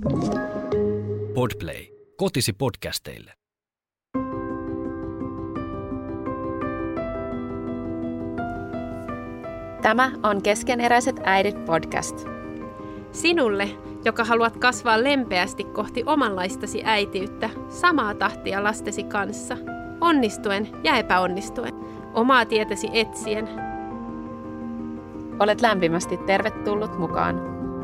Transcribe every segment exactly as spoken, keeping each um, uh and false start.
Podplay. Kotisi podcasteille. Tämä on Keskeneräiset äidit podcast. Sinulle, joka haluat kasvaa lempeästi kohti omanlaistasi äitiyttä, samaa tahtia lastesi kanssa, onnistuen ja epäonnistuen, omaa tietäsi etsien. Olet lämpimästi tervetullut mukaan.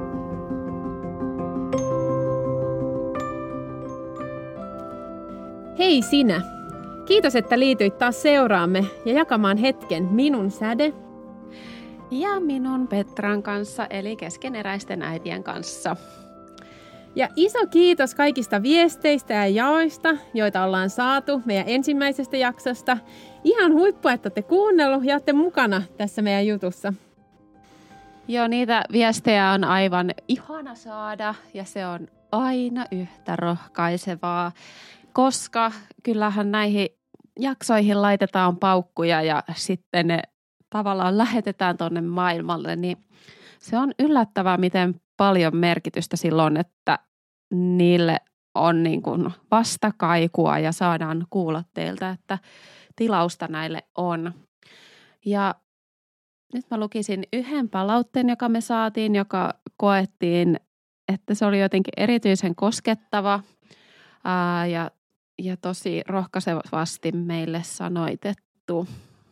Hei sinä! Kiitos, että liityit taas seuraamme ja jakamaan hetken minun säde ja minun Petran kanssa, eli keskeneräisten äitien kanssa. Ja iso kiitos kaikista viesteistä ja jaoista, joita ollaan saatu meidän ensimmäisestä jaksosta. Ihan huippua, että olette kuunnellut ja olette mukana tässä meidän jutussa. Joo, niitä viestejä on aivan ihana saada ja se on aina yhtä rohkaisevaa, koska kyllähän näihin jaksoihin laitetaan paukkuja ja sitten ne tavallaan lähetetään tuonne maailmalle, niin se on yllättävää, miten paljon merkitystä silloin, että niille on niin kuin vastakaikua ja saadaan kuulla teiltä, että tilausta näille on. Ja nyt mä lukisin yhden palautteen, joka me saatiin, joka koettiin, että se oli jotenkin erityisen koskettava ää, ja, ja tosi rohkaisevasti meille sanoitettu.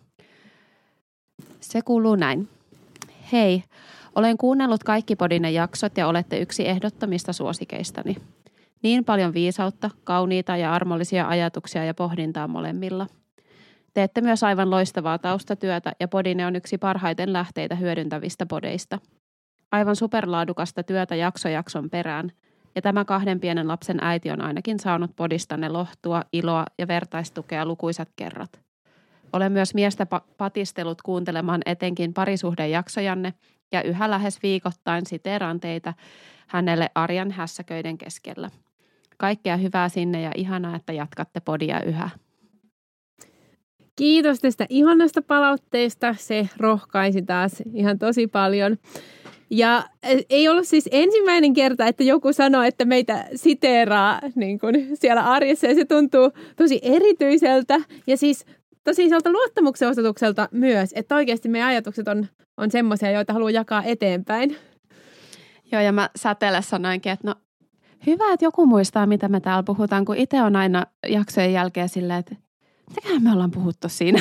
Se kuuluu näin. Hei, olen kuunnellut kaikki podinen jaksot ja olette yksi ehdottomista suosikeistani. Niin paljon viisautta, kauniita ja armollisia ajatuksia ja pohdintaa molemmilla. Teette myös aivan loistavaa taustatyötä ja podine on yksi parhaiten lähteitä hyödyntävistä podeista. Aivan superlaadukasta työtä jakso jakson perään. Ja tämä kahden pienen lapsen äiti on ainakin saanut podistanne lohtua, iloa ja vertaistukea lukuisat kerrat. Olen myös miestä patistellut kuuntelemaan etenkin parisuhdejaksojanne ja yhä lähes viikoittain siteeraan teitä hänelle arjan hässäköiden keskellä. Kaikkea hyvää sinne ja ihanaa, että jatkatte podia yhä. Kiitos tästä ihanasta palautteesta. Se rohkaisi taas ihan tosi paljon. Ja ei ollut siis ensimmäinen kerta, että joku sanoo, että meitä siteeraa niin kuin siellä arjessa ja se tuntuu tosi erityiseltä ja siis tosi sieltä luottamuksen osoitukselta myös, että oikeasti meidän ajatukset on, on semmoisia, joita haluaa jakaa eteenpäin. Joo, ja mä säteelle sanoinkin, että no hyvä, että joku muistaa, mitä me täällä puhutaan, kun itse on aina jaksojen jälkeen silleen, että mitäköhän me ollaan puhuttu siinä.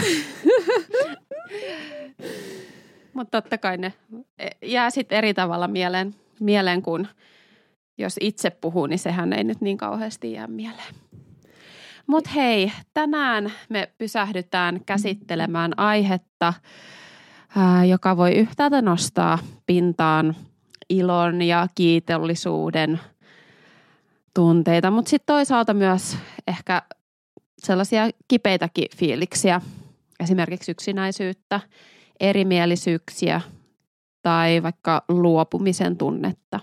Mutta totta kai ne jää sitten eri tavalla mieleen, mieleen, kun jos itse puhuu, niin sehän ei nyt niin kauheasti jää mieleen. Mutta hei, tänään me pysähdytään käsittelemään aihetta, ää, joka voi yhtäältä nostaa pintaan ilon ja kiitollisuuden tunteita, mutta sitten toisaalta myös ehkä sellaisia kipeitäkin fiiliksiä, esimerkiksi yksinäisyyttä, erimielisyyksiä tai vaikka luopumisen tunnetta.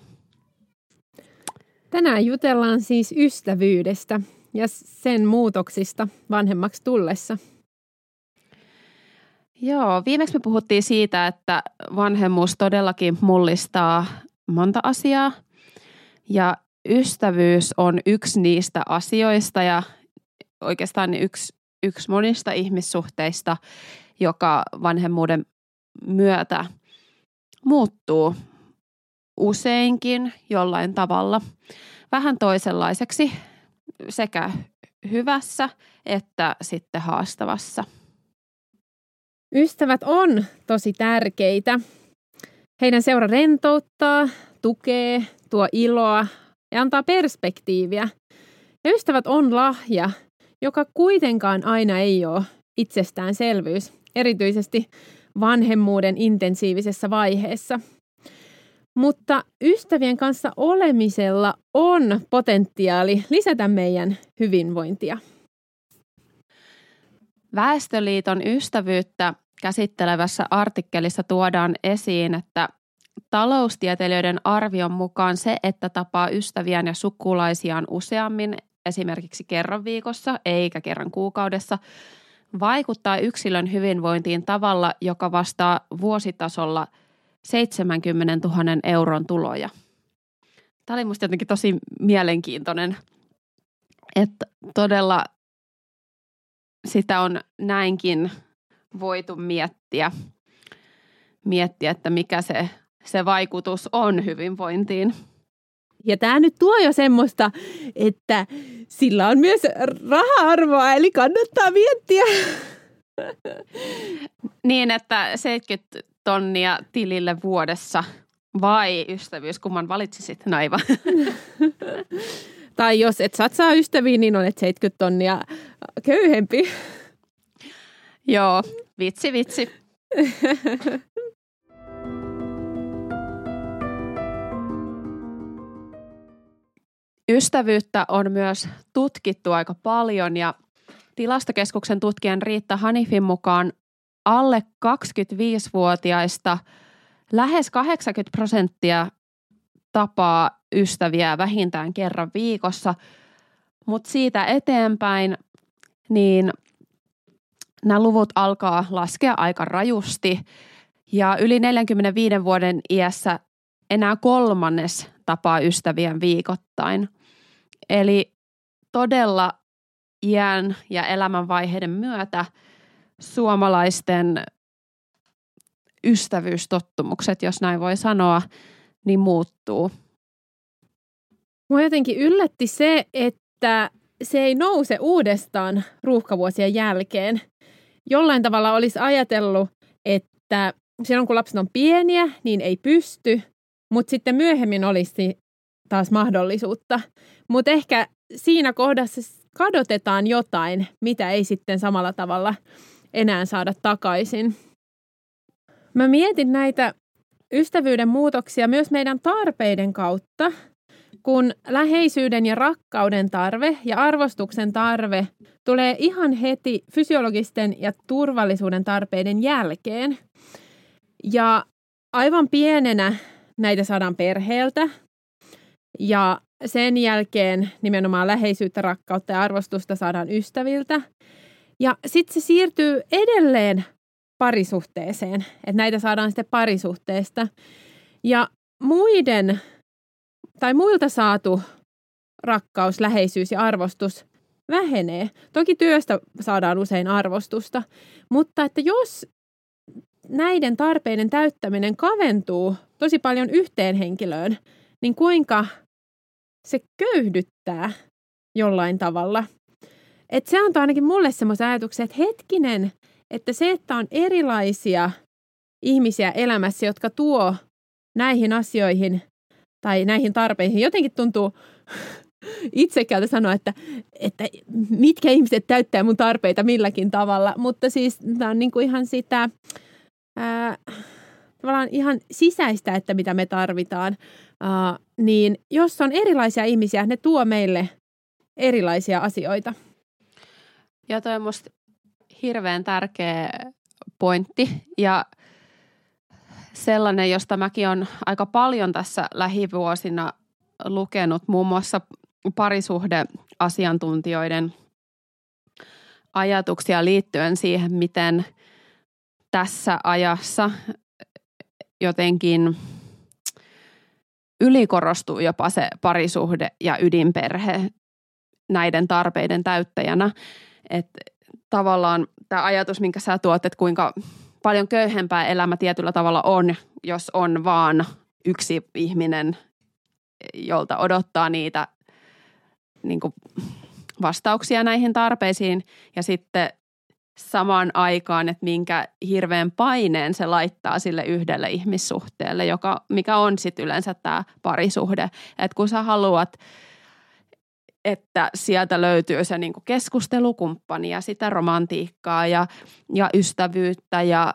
Tänään jutellaan siis ystävyydestä ja sen muutoksista vanhemmaksi tullessa. Joo, viimeksi me puhuttiin siitä, että vanhemmuus todellakin mullistaa monta asiaa ja ystävyys on yksi niistä asioista ja oikeastaan yksi, yksi monista ihmissuhteista, joka vanhemmuuden myötä muuttuu useinkin jollain tavalla vähän toisenlaiseksi sekä hyvässä että sitten haastavassa. Ystävät on tosi tärkeitä. Heidän seura rentouttaa, tukee, tuo iloa ja antaa perspektiiviä. Ja ystävät on lahja, joka kuitenkaan aina ei ole itsestäänselvyys, erityisesti vanhemmuuden intensiivisessä vaiheessa. Mutta ystävien kanssa olemisella on potentiaali lisätä meidän hyvinvointia. Väestöliiton ystävyyttä käsittelevässä artikkelissa tuodaan esiin, että taloustieteilijöiden arvion mukaan se, että tapaa ystäviään ja sukulaisiaan useammin, esimerkiksi kerran viikossa eikä kerran kuukaudessa, vaikuttaa yksilön hyvinvointiin tavalla, joka vastaa vuositasolla seitsemänkymmentätuhatta euron tuloja. Tämä oli musta jotenkin tosi mielenkiintoinen, että todella sitä on näinkin voitu miettiä, miettiä että mikä se, se vaikutus on hyvinvointiin. Ja tämä nyt tuo jo semmoista, että sillä on myös raha-arvoa, eli kannattaa miettiä. Niin, että seitsemänkymmentä tonnia tilille vuodessa vai ystävyys, kumman valitsisit, Naiva? Tai jos et satsaa ystäviin, niin olet seitsemänkymmentä tonnia köyhempi. Joo, vitsi, vitsi. Ystävyyttä on myös tutkittu aika paljon ja Tilastokeskuksen tutkijan Riitta Hanifin mukaan alle kaksikymmentäviisivuotiaista lähes kahdeksankymmentä prosenttia tapaa ystäviä vähintään kerran viikossa, mutta siitä eteenpäin niin nämä luvut alkaa laskea aika rajusti ja yli neljänkymmenenviiden vuoden iässä enää kolmannes tapaa ystäviä viikoittain. Eli todella iän ja elämänvaiheiden myötä suomalaisten ystävyystottumukset, jos näin voi sanoa, niin muuttuu. Mua jotenkin yllätti se, että se ei nouse uudestaan ruuhkavuosien jälkeen. Jollain tavalla olisi ajatellut, että silloin kun lapset on pieniä, niin ei pysty, mutta sitten myöhemmin olisi taas mahdollisuutta. Mutta ehkä siinä kohdassa kadotetaan jotain, mitä ei sitten samalla tavalla enää saada takaisin. Mä mietin näitä ystävyyden muutoksia myös meidän tarpeiden kautta, kun läheisyyden ja rakkauden tarve ja arvostuksen tarve tulee ihan heti fysiologisten ja turvallisuuden tarpeiden jälkeen. Ja aivan pienenä näitä saadaan perheeltä ja sen jälkeen nimenomaan läheisyyttä, rakkautta ja arvostusta saadaan ystäviltä. Ja sitten se siirtyy edelleen parisuhteeseen, että näitä saadaan sitten parisuhteesta. Ja muiden tai muilta saatu rakkaus, läheisyys ja arvostus vähenee. Toki työstä saadaan usein arvostusta, mutta että jos näiden tarpeiden täyttäminen kaventuu tosi paljon yhteen henkilöön, niin kuinka se köyhdyttää jollain tavalla. Että se antaa ainakin mulle semmoisen ajatuksen, että hetkinen, että se, että on erilaisia ihmisiä elämässä, jotka tuo näihin asioihin tai näihin tarpeihin, jotenkin tuntuu itsekältä sanoa, että, että mitkä ihmiset täyttää mun tarpeita milläkin tavalla, mutta siis tämä on niin kuin ihan sitä ää, tavallaan ihan sisäistä, että mitä me tarvitaan, ää, niin jos on erilaisia ihmisiä, ne tuo meille erilaisia asioita. Ja toi on musta hirveän tärkeä pointti ja sellainen, josta mäkin olen aika paljon tässä lähivuosina lukenut, muun muassa parisuhdeasiantuntijoiden ajatuksia liittyen siihen, miten tässä ajassa jotenkin ylikorostuu jopa se parisuhde ja ydinperhe näiden tarpeiden täyttäjänä. Että tavallaan tämä ajatus, minkä sä tuot, että kuinka paljon köyhempää elämä tietyllä tavalla on, jos on vaan yksi ihminen, jolta odottaa niitä niin kuin vastauksia näihin tarpeisiin ja sitten samaan aikaan, että minkä hirveän paineen se laittaa sille yhdelle ihmissuhteelle, joka, mikä on sitten yleensä tämä parisuhde. Että kun sä haluat, että sieltä löytyy se niin kuin keskustelukumppani ja sitä romantiikkaa ja, ja ystävyyttä ja,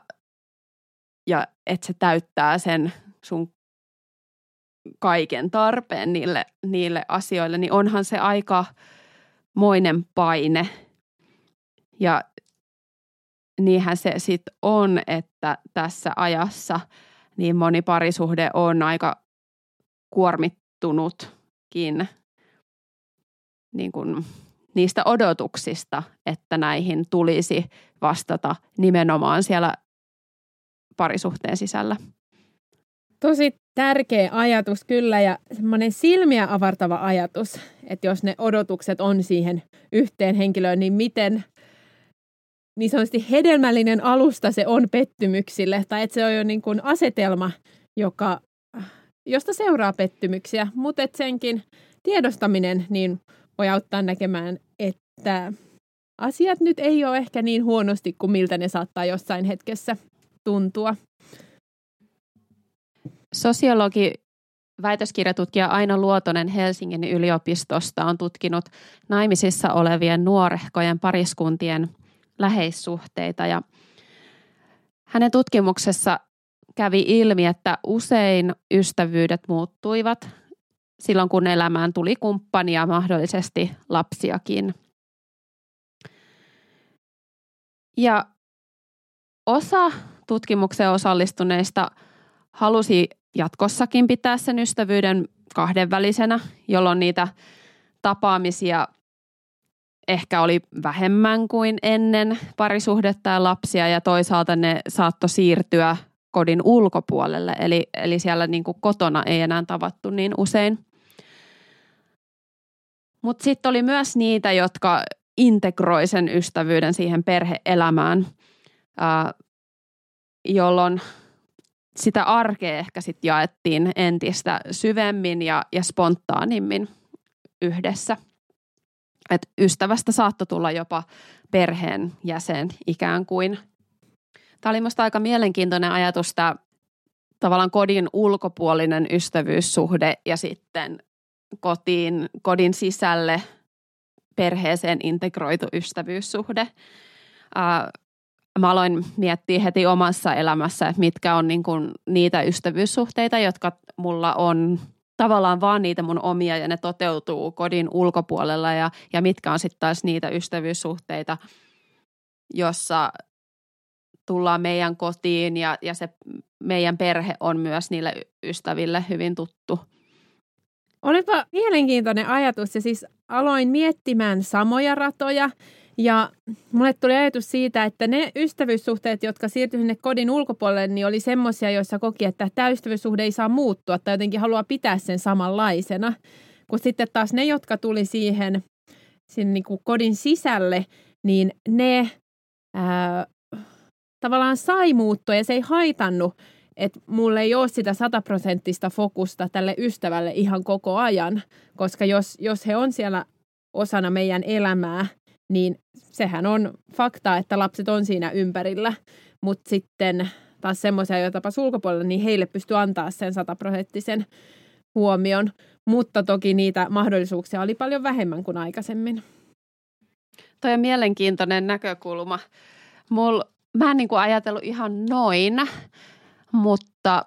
ja että se täyttää sen sun kaiken tarpeen niille, niille asioille, niin onhan se aika moinen paine. Ja niinhän se sitten on, että tässä ajassa niin moni parisuhde on aika kuormittunutkin niin kuin niistä odotuksista, että näihin tulisi vastata nimenomaan siellä parisuhteen sisällä. Tosi tärkeä ajatus kyllä ja semmoinen silmiä avartava ajatus, että jos ne odotukset on siihen yhteen henkilöön, niin miten niin sanotusti hedelmällinen alusta se on pettymyksille, tai että se on jo niin kuin asetelma, joka, josta seuraa pettymyksiä, mutta että senkin tiedostaminen niin voi auttaa näkemään, että asiat nyt ei ole ehkä niin huonosti kuin miltä ne saattaa jossain hetkessä tuntua. Sosiologi, väitöskirjatutkija Aino Luotonen Helsingin yliopistosta on tutkinut naimisissa olevien nuorehkojen pariskuntien läheissuhteita ja hänen tutkimuksessa kävi ilmi, että usein ystävyydet muuttuivat silloin, kun elämään tuli kumppani ja mahdollisesti lapsiakin. Ja osa tutkimukseen osallistuneista halusi jatkossakin pitää sen ystävyyden kahdenvälisenä, jolloin niitä tapaamisia ehkä oli vähemmän kuin ennen parisuhdetta ja lapsia ja toisaalta ne saattoi siirtyä kodin ulkopuolelle, eli, eli siellä niin kuin kotona ei enää tavattu niin usein. Mutta sitten oli myös niitä, jotka integroi sen ystävyyden siihen perhe-elämään, ää, jolloin sitä arkea ehkä sitten jaettiin entistä syvemmin ja, ja spontaanimmin yhdessä. Et ystävästä saattoi tulla jopa perheen jäsen ikään kuin. Tämä oli minusta aika mielenkiintoinen ajatus, tämä tavallaan kodin ulkopuolinen ystävyyssuhde ja sitten kotiin, kodin sisälle perheeseen integroitu ystävyyssuhde. Ää, mä aloin miettiä heti omassa elämässä, että mitkä on niin kuin niitä ystävyyssuhteita, jotka mulla on tavallaan vaan niitä mun omia ja ne toteutuu kodin ulkopuolella ja, ja mitkä on sitten taas niitä ystävyyssuhteita, jossa tullaan meidän kotiin ja, ja se meidän perhe on myös niille ystäville hyvin tuttu. Olipa mielenkiintoinen ajatus ja siis aloin miettimään samoja ratoja ja mulle tuli ajatus siitä, että ne ystävyyssuhteet, jotka siirtyi sinne kodin ulkopuolelle, niin oli semmoisia, joissa koki, että tämä ystävyyssuhde ei saa muuttua tai jotenkin haluaa pitää sen samanlaisena. Kun sitten taas ne, jotka tuli siihen sinne niin kuin kodin sisälle, niin ne ää, tavallaan sai muuttua ja se ei haitannut, että mulla ei ole sitä sataprosenttista fokusta tälle ystävälle ihan koko ajan, koska jos, jos he on siellä osana meidän elämää, niin sehän on fakta, että lapset on siinä ympärillä, mutta sitten taas semmoisia, joita tapas ulkopuolella, niin heille pystyy antaa sen sataprosenttisen huomion, mutta toki niitä mahdollisuuksia oli paljon vähemmän kuin aikaisemmin. Toi on mielenkiintoinen näkökulma. Mul, mä en niin kuin ajatellut ihan noin, mutta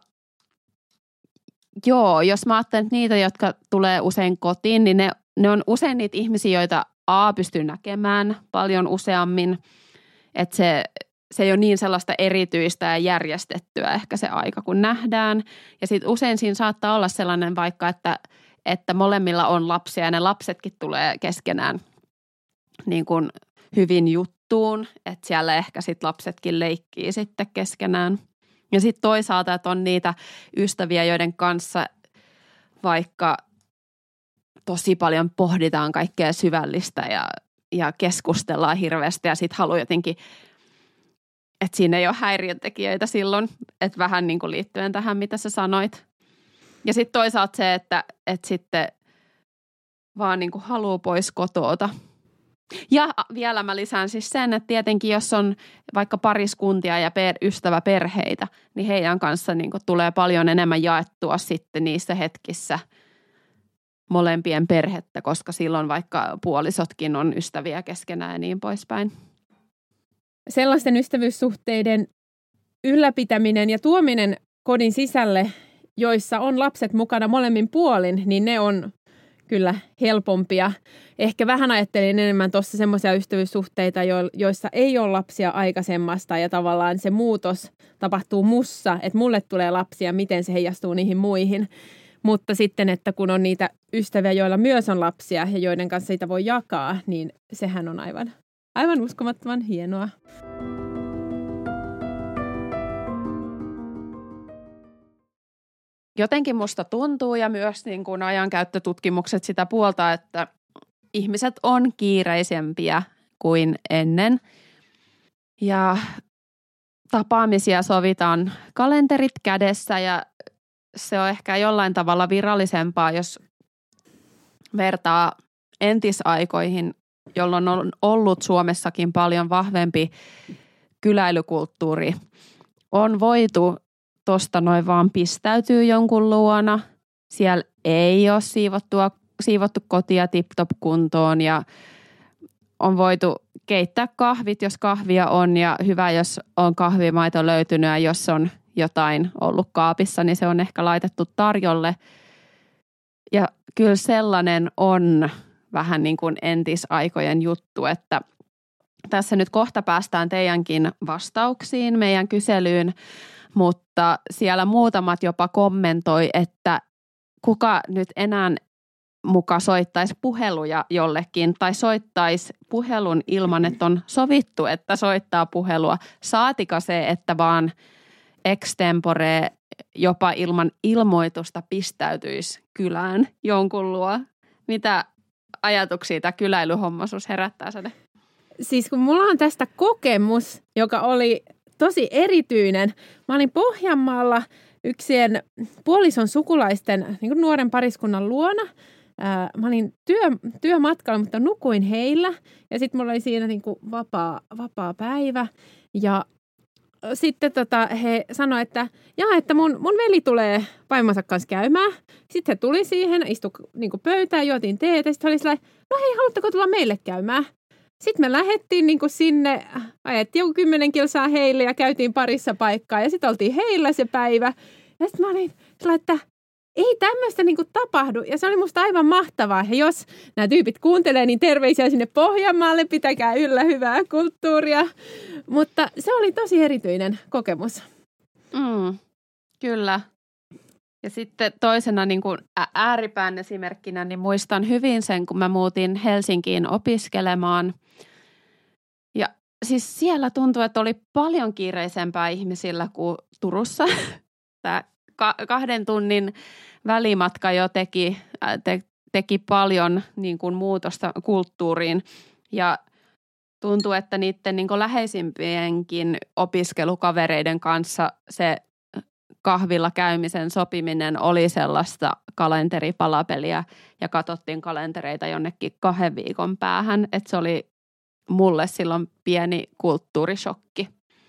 joo, jos mä ajattelen, että niitä, jotka tulee usein kotiin, niin ne, ne on usein niitä ihmisiä, joita A pystyy näkemään paljon useammin, että se, se ei ole niin sellaista erityistä ja järjestettyä ehkä se aika, kun nähdään. Ja sitten usein siinä saattaa olla sellainen vaikka, että, että molemmilla on lapsia ja ne lapsetkin tulee keskenään niin kuin hyvin juttuun, että siellä ehkä sitten lapsetkin leikkii sitten keskenään. Ja sitten toisaalta, että on niitä ystäviä, joiden kanssa vaikka tosi paljon pohditaan kaikkea syvällistä ja, ja keskustellaan hirveästi ja sitten haluaa jotenkin, että siinä ei ole häiriötekijöitä silloin, että vähän niin kuin liittyen tähän, mitä sä sanoit. Ja sitten toisaalta se, että, että sitten vaan niin kuin haluaa pois kotoota. Ja vielä mä lisään siis sen, että tietenkin jos on vaikka pariskuntia ja per, ystäväperheitä, niin heidän kanssa niin kuin tulee paljon enemmän jaettua sitten niissä hetkissä molempien perhettä, koska silloin vaikka puolisotkin on ystäviä keskenään ja niin poispäin. Sellaisten ystävyyssuhteiden ylläpitäminen ja tuominen kodin sisälle, joissa on lapset mukana molemmin puolin, niin ne on kyllä helpompia. Ehkä vähän ajattelin enemmän tuossa semmoisia ystävyyssuhteita, joissa ei ole lapsia aikaisemmasta ja tavallaan se muutos tapahtuu mussa, että mulle tulee lapsia, miten se heijastuu niihin muihin. Mutta sitten, että kun on niitä ystäviä, joilla myös on lapsia ja joiden kanssa sitä voi jakaa, niin sehän on aivan, aivan uskomattoman hienoa. jotenkin musta tuntuu ja myös niin kuin ajankäyttötutkimukset sitä puolta, että ihmiset on kiireisempiä kuin ennen ja tapaamisia sovitaan kalenterit kädessä ja se on ehkä jollain tavalla virallisempaa, jos vertaa entisaikoihin, jolloin on ollut Suomessakin paljon vahvempi kyläilykulttuuri. On voitu tosta noin vaan pistäytyy jonkun luona. Siellä ei ole siivottua, siivottu kotia tip-top kuntoon ja on voitu keittää kahvit, jos kahvia on ja hyvä, jos on kahvimaito löytynyt ja jos on jotain ollut kaapissa, niin se on ehkä laitettu tarjolle. Ja kyllä sellainen on vähän niin kuin entisaikojen juttu, että tässä nyt kohta päästään teidänkin vastauksiin meidän kyselyyn, mutta siellä muutamat jopa kommentoi, että kuka nyt enää muka soittaisi puheluja jollekin tai soittaisi puhelun ilman, että on sovittu, että soittaa puhelua. Saatika se, että vaan extempore jopa ilman ilmoitusta pistäytyisi kylään jonkun luo. Mitä ajatuksia tämä kyläilyhommaisuus herättää Sade? Siis kun mulla on tästä kokemus, joka oli tosi erityinen. Mä olin Pohjanmaalla yksien puolison sukulaisten niin kuin nuoren pariskunnan luona. Mä olin työ, työmatkalla, mutta nukuin heillä ja sitten mulla oli siinä niin kuin vapaa, vapaa päivä ja sitten tota, he sanoivat, että, jaa, että mun, mun veli tulee vaimonsa kanssa käymään. Sitten he tuli siihen, istui niin kuin pöytään, juotiin teetä ja sitten he oli sellainen, no hei, haluatteko tulla meille käymään? Sitten me lähdettiin niin kuin sinne, ajettiin joku kymmenen kilsaa heille ja käytiin parissa paikkaa ja sitten oltiin heillä se päivä. Ja sitten mä olin sellainen, että ei tämmöistä niin kuin tapahdu. Ja se oli musta aivan mahtavaa. Ja jos nämä tyypit kuuntelee, niin terveisiä sinne Pohjanmaalle. Pitäkää yllä hyvää kulttuuria. Mutta se oli tosi erityinen kokemus. Mm, kyllä. Ja sitten toisena niin kuin ääripään esimerkkinä, niin muistan hyvin sen, kun mä muutin Helsinkiin opiskelemaan. Ja siis siellä tuntui, että oli paljon kiireisempää ihmisillä kuin Turussa. Tämä kahden tunnin välimatka jo teki, te, teki paljon niin kuin muutosta kulttuuriin ja tuntuu, että niiden niin kuin läheisimpienkin opiskelukavereiden kanssa se kahvilla käymisen sopiminen oli sellaista kalenteripalapeliä ja katsottiin kalentereita jonnekin kahden viikon päähän, että se oli mulle silloin pieni kulttuurishokki.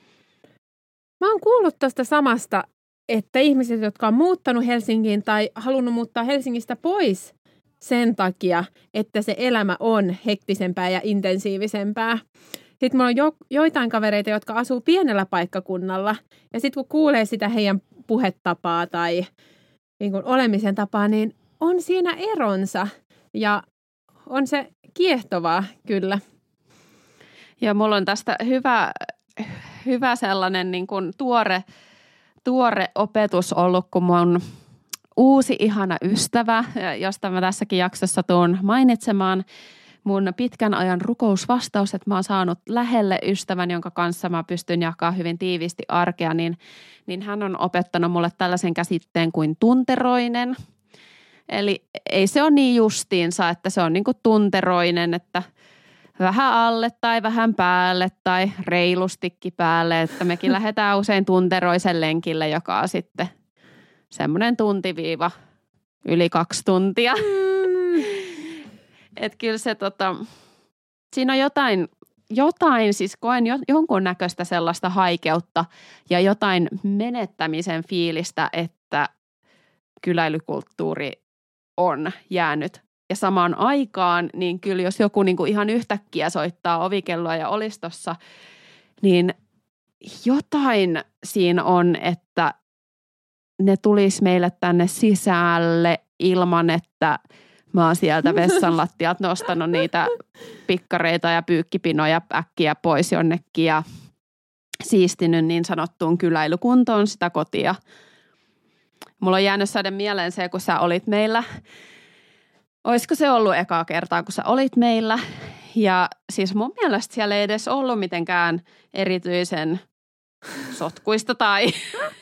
Mä oon kuullut tuosta samasta, että ihmiset, jotka on muuttanut Helsinkiin tai halunnut muuttaa Helsingistä pois sen takia, että se elämä on hektisempää ja intensiivisempää. Sitten mulla on jo, joitain kavereita, jotka asuu pienellä paikkakunnalla ja sitten kun kuulee sitä heidän puhetapaa tai niin kuin olemisen tapaa, niin on siinä eronsa ja on se kiehtovaa kyllä. Ja mulla on tästä hyvä, hyvä sellainen niin kuin tuore Tuore opetus ollut, kun mun uusi ihana ystävä, josta mä tässäkin jaksossa tuun mainitsemaan, mun pitkän ajan rukousvastaus, että mä oon saanut lähelle ystävän, jonka kanssa mä pystyn jakamaan hyvin tiiviisti arkea, niin, niin hän on opettanut mulle tällaisen käsitteen kuin tunteroinen. Eli ei se ole niin justiinsa, että se on niin kuin tunteroinen, että vähän alle tai vähän päälle tai reilustikin päälle, että mekin lähdetään usein tunteroisen lenkille, joka on sitten semmoinen tuntiviiva yli kaksi tuntia. Mm. Että kyllä se tota, siinä on jotain, jotain siis koen jo, jonkunnäköistä sellaista haikeutta ja jotain menettämisen fiilistä, että kyläilykulttuuri on jäänyt. Ja samaan aikaan, niin kyllä jos joku niin kuin ihan yhtäkkiä soittaa ovikelloa ja olisi tossa, niin jotain siinä on, että ne tulisi meille tänne sisälle ilman, että mä oon sieltä vessan lattiat nostanut niitä pikkareita ja pyykkipinoja äkkiä pois jonnekin ja siistinyt niin sanottuun kyläilykuntoon sitä kotia. Mulla on jäänyt Sade mieleen se, kun sä olit meillä. Olisiko se ollut ekaa kertaa, kun sä olit meillä? Ja siis mun mielestä siellä ei edes ollut mitenkään erityisen sotkuista tai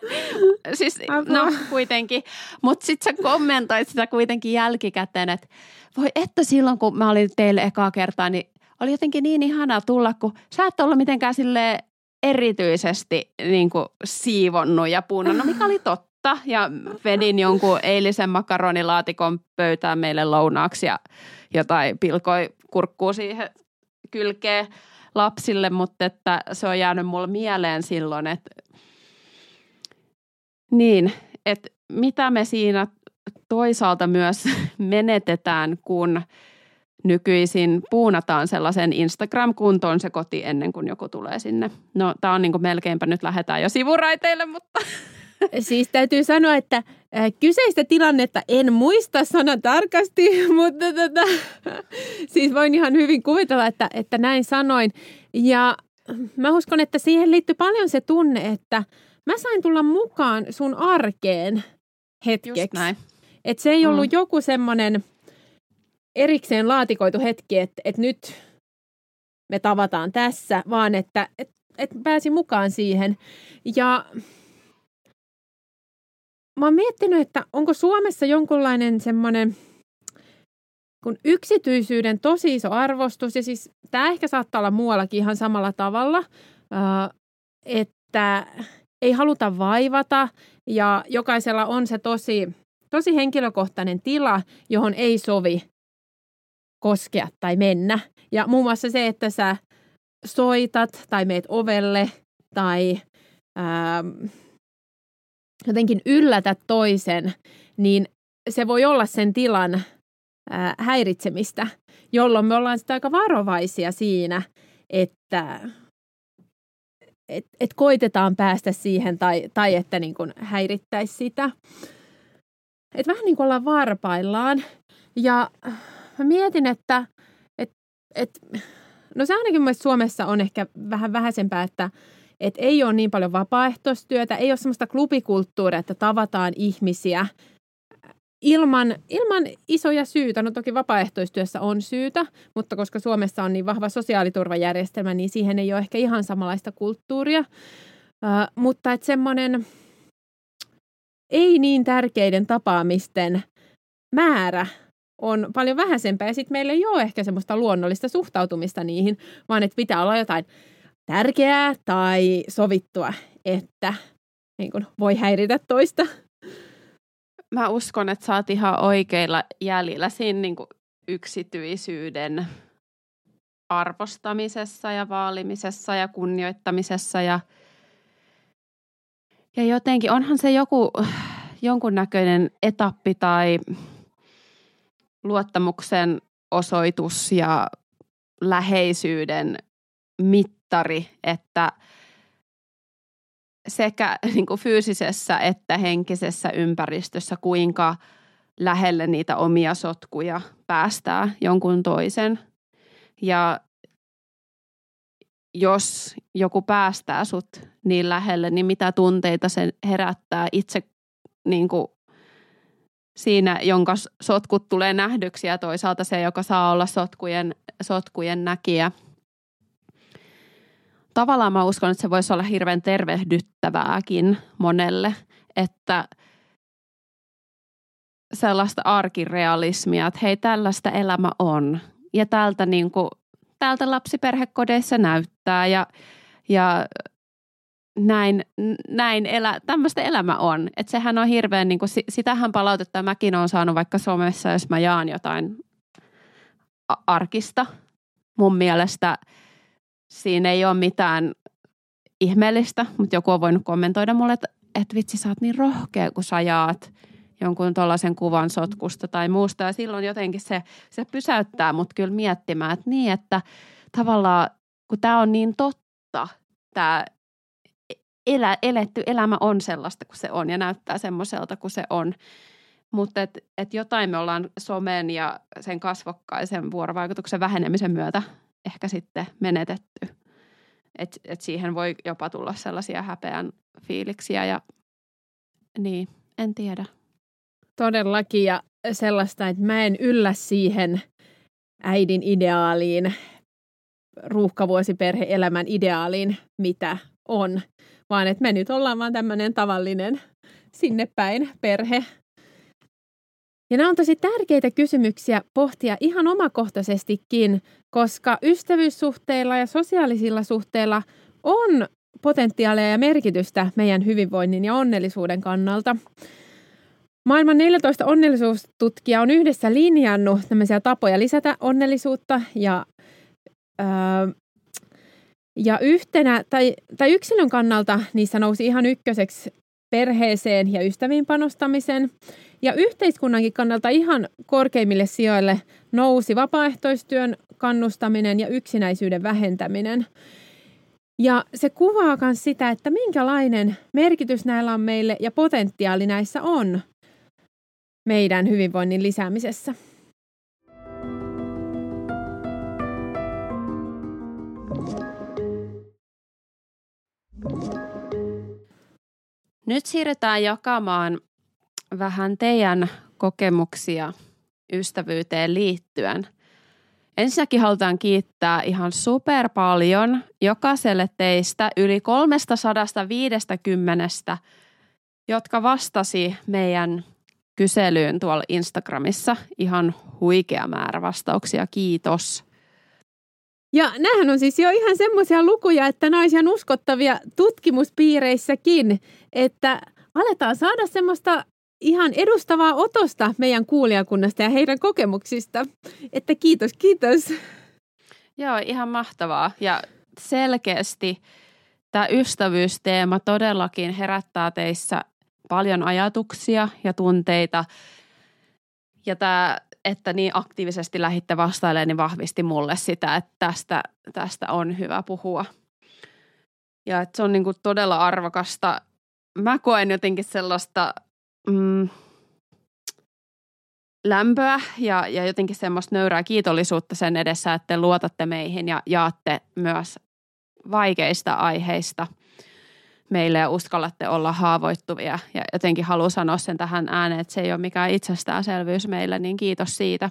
Siis, no kuitenkin. Mutta sitten sä kommentoit sitä kuitenkin jälkikäteen, että voi että silloin kun mä olin teille ekaa kertaa, niin oli jotenkin niin ihanaa tulla, kun sä et ollut mitenkään silleen erityisesti niin kuin siivonnut ja puunannut, mikä oli totta. Ja vedin jonkun eilisen makaronilaatikon pöytään meille lounaaksi ja jotain pilkoi kurkkuu siihen kylkeen lapsille, mutta että se on jäänyt mulle mieleen silloin, että niin, että mitä me siinä toisaalta myös menetetään, kun nykyisin puunataan sellaisen Instagram-kuntoon se koti ennen kuin joku tulee sinne. No, tää on niin kuin melkeinpä nyt lähdetään jo sivuraiteille, mutta... Siis täytyy sanoa, että kyseistä tilannetta en muista sanan tarkasti, mutta tota, siis voin ihan hyvin kuvitella, että, että näin sanoin. Ja mä uskon, että siihen liittyy paljon se tunne, että mä sain tulla mukaan sun arkeen hetkeksi. Just näin. Että se ei ollut mm. joku semmoinen erikseen laatikoitu hetki, että, että nyt me tavataan tässä, vaan että, että, että pääsin mukaan siihen. Ja mä oon miettinyt, että onko Suomessa jonkunlainen semmoinen kun yksityisyyden tosi iso arvostus, ja siis tämä ehkä saattaa olla muuallakin ihan samalla tavalla, että ei haluta vaivata ja jokaisella on se tosi, tosi henkilökohtainen tila, johon ei sovi koskea tai mennä. Ja muun muassa se, että sä soitat tai meet ovelle tai ää, jotenkin yllätät toisen, niin se voi olla sen tilan ää, häiritsemistä, jolloin me ollaan sitä aika varovaisia siinä, että et, et koitetaan päästä siihen tai, tai että niin kuin häirittäisi sitä. Et vähän niin kuin ollaan varpaillaan. Ja mä mietin, että et, et, no se ainakin mielestäni Suomessa on ehkä vähän vähäisempää, että et ei ole niin paljon vapaaehtoistyötä, ei ole semmoista klubikulttuuria, että tavataan ihmisiä ilman, ilman isoja syitä. No toki vapaaehtoistyössä on syytä, mutta koska Suomessa on niin vahva sosiaaliturvajärjestelmä, niin siihen ei ole ehkä ihan samanlaista kulttuuria. Uh, mutta että semmoinen ei niin tärkeiden tapaamisten määrä on paljon vähäisempää. Ja sitten meillä ei ole ehkä semmoista luonnollista suhtautumista niihin, vaan että pitää olla jotain tärkeää tai sovittua, että niin kun voi häiritä toista. Mä uskon, että sä oot ihan oikeilla jäljillä siinä niin kuin yksityisyyden arvostamisessa ja vaalimisessa ja kunnioittamisessa. Ja, ja jotenkin onhan se joku jonkunnäköinen etappi tai luottamuksen osoitus ja läheisyyden mittari, että sekä niin kuin fyysisessä että henkisessä ympäristössä, kuinka lähelle niitä omia sotkuja päästää jonkun toisen. Ja jos joku päästää sut niin lähelle, niin mitä tunteita se herättää itse niin kuin siinä, jonka sotkut tulee nähdyksi ja toisaalta se, joka saa olla sotkujen, sotkujen näkijä. Tavallaan mä uskon, että se voisi olla hirveän tervehdyttävääkin monelle, että sellaista arkirealismia, että hei, tällaista elämä on. Ja tältä, niin kuin, tältä lapsiperhekodeissa näyttää ja, ja näin, näin elä, tämmöistä elämä on. Että sehän on hirveän, niin kuin, sitähän palautetta mäkin olen saanut vaikka somessa, jos mä jaan jotain arkista. Mun mielestä siinä ei ole mitään ihmeellistä, mutta joku on voinut kommentoida mulle, että, että vitsi, sä oot niin rohkea, kun sä jaat jonkun tollaisen kuvan sotkusta tai muusta. Ja silloin jotenkin se, se pysäyttää mut kyllä miettimään, että niin, että tavallaan kun tää on niin totta, tää elä, eletty elämä on sellaista kuin se on ja näyttää semmoiselta kuin se on. Mutta että et jotain me ollaan somen ja sen kasvokkaisen vuorovaikutuksen vähenemisen myötä ehkä sitten menetetty. Että et siihen voi jopa tulla sellaisia häpeän fiiliksiä ja niin, en tiedä. Todellakin ja sellaista, että mä en yllä siihen äidin ideaaliin, ruuhkavuosiperhe-elämän ideaaliin, mitä on. vaan että me nyt ollaan vaan tämmöinen tavallinen sinne päin perhe. Ja nämä on tosi tärkeitä kysymyksiä pohtia ihan omakohtaisestikin, koska ystävyyssuhteilla ja sosiaalisilla suhteilla on potentiaalia ja merkitystä meidän hyvinvoinnin ja onnellisuuden kannalta. Maailman neljätoista onnellisuustutkijaa on yhdessä linjannut tämmöisiä tapoja lisätä onnellisuutta ja, ää, ja yhtenä tai, tai yksilön kannalta niissä nousi ihan ykköseksi perheeseen ja ystäviin panostamisen. Ja yhteiskunnankin kannalta ihan korkeimmille sijoille nousi vapaaehtoistyön kannustaminen ja yksinäisyyden vähentäminen. Ja se kuvaa myös sitä, että minkälainen merkitys näillä on meille ja potentiaali näissä on meidän hyvinvoinnin lisäämisessä. Nyt siirrytään jakamaan vähän teidän kokemuksia ystävyyteen liittyen. Ensinnäkin halutaan kiittää ihan super paljon jokaiselle teistä yli kolmesataaviisikymmentä, jotka vastasi meidän kyselyyn tuolla Instagramissa. Ihan huikea määrä vastauksia, kiitos. Ja näähän on siis jo ihan semmoisia lukuja, että nämä on uskottavia tutkimuspiireissäkin, että aletaan saada semmoista ihan edustavaa otosta meidän kuulijakunnasta ja heidän kokemuksista. Että kiitos, kiitos. Joo, ihan mahtavaa. Ja selkeästi tämä ystävyysteema todellakin herättää teissä paljon ajatuksia ja tunteita. Ja tämä, että niin aktiivisesti lähditte vastailemaan, niin vahvisti mulle sitä, että tästä, tästä on hyvä puhua. Ja että se on niin kuin todella arvokasta. Mä koen jotenkin sellaista mm, lämpöä ja, ja jotenkin semmoista nöyrää kiitollisuutta sen edessä, että te luotatte meihin ja jaatte myös vaikeista aiheista meille ja uskallatte olla haavoittuvia. Ja jotenkin haluan sanoa sen tähän ääneen, että se ei ole mikään itsestäänselvyys meille, niin kiitos siitä.